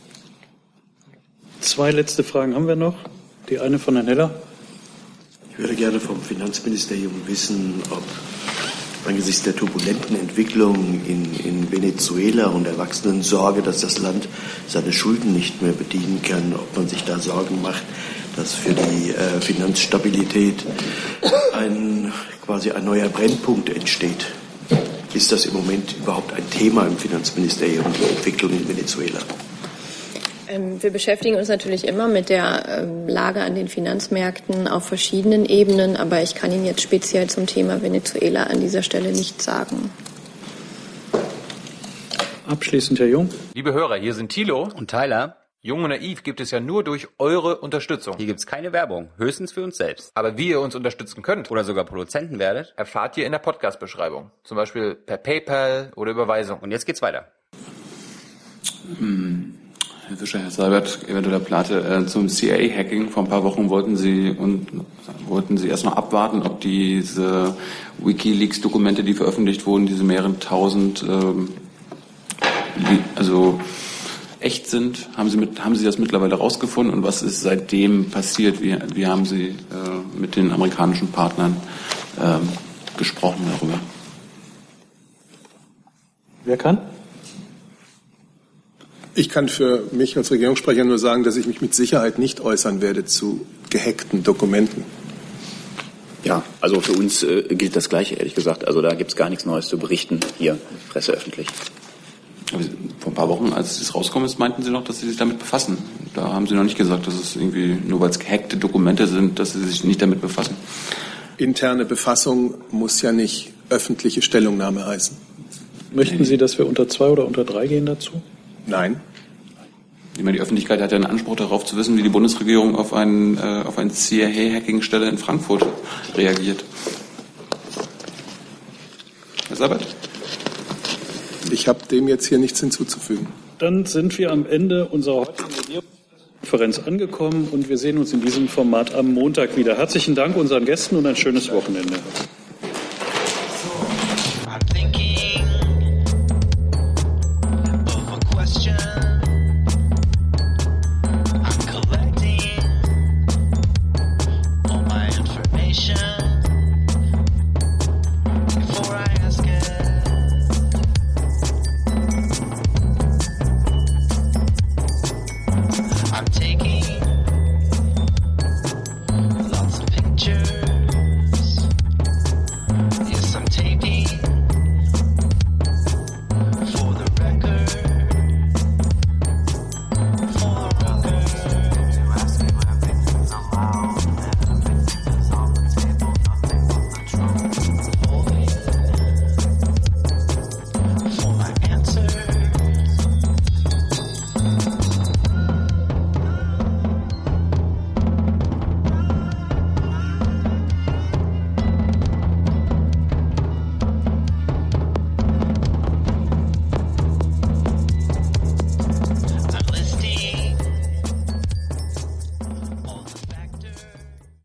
Zwei letzte Fragen haben wir noch. Die eine von Herrn Heller. Ich würde gerne vom Finanzministerium wissen, ob angesichts der turbulenten Entwicklung in, in Venezuela und der wachsenden Sorge, dass das Land seine Schulden nicht mehr bedienen kann, ob man sich da Sorgen macht, dass für die äh, Finanzstabilität ein, quasi ein neuer Brennpunkt entsteht. Ist das im Moment überhaupt ein Thema im Finanzministerium, die Entwicklung in Venezuela? Ähm, wir beschäftigen uns natürlich immer mit der ähm, Lage an den Finanzmärkten auf verschiedenen Ebenen, aber ich kann Ihnen jetzt speziell zum Thema Venezuela an dieser Stelle nichts sagen. Abschließend Herr Jung. Liebe Hörer, hier sind Thilo und Tyler. Jung und Naiv gibt es ja nur durch eure Unterstützung. Hier gibt es keine Werbung, höchstens für uns selbst. Aber wie ihr uns unterstützen könnt oder sogar Produzenten werdet, erfahrt ihr in der Podcast-Beschreibung. Zum Beispiel per PayPal oder Überweisung. Und jetzt geht's weiter. Hm. Herr Fischer, Herr Seibert, eventueller Plate, äh, zum C I A-Hacking. Vor ein paar Wochen wollten Sie und wollten Sie erstmal abwarten, ob diese WikiLeaks-Dokumente, die veröffentlicht wurden, diese mehreren tausend, ähm, also echt sind. Haben Sie mit, haben Sie das mittlerweile rausgefunden und was ist seitdem passiert? Wie, wie haben Sie äh, mit den amerikanischen Partnern ähm, gesprochen darüber? Wer kann? Ich kann für mich als Regierungssprecher nur sagen, dass ich mich mit Sicherheit nicht äußern werde zu gehackten Dokumenten. Ja, also für uns äh, gilt das Gleiche, ehrlich gesagt. Also da gibt es gar nichts Neues zu berichten hier presseöffentlich. Vor ein paar Wochen, als es rausgekommen ist, meinten Sie noch, dass Sie sich damit befassen. Da haben Sie noch nicht gesagt, dass es irgendwie, nur weil es gehackte Dokumente sind, dass Sie sich nicht damit befassen. Interne Befassung muss ja nicht öffentliche Stellungnahme heißen. Möchten Sie, dass wir unter zwei oder unter drei gehen dazu? Nein. Ich meine, die Öffentlichkeit hat ja einen Anspruch darauf zu wissen, wie die Bundesregierung auf einen, äh, auf eine C I A-Hacking-Stelle in Frankfurt reagiert. Herr Sabat? Ich habe dem jetzt hier nichts hinzuzufügen. Dann sind wir am Ende unserer heutigen Regierungskonferenz angekommen und wir sehen uns in diesem Format am Montag wieder. Herzlichen Dank unseren Gästen und ein schönes Wochenende.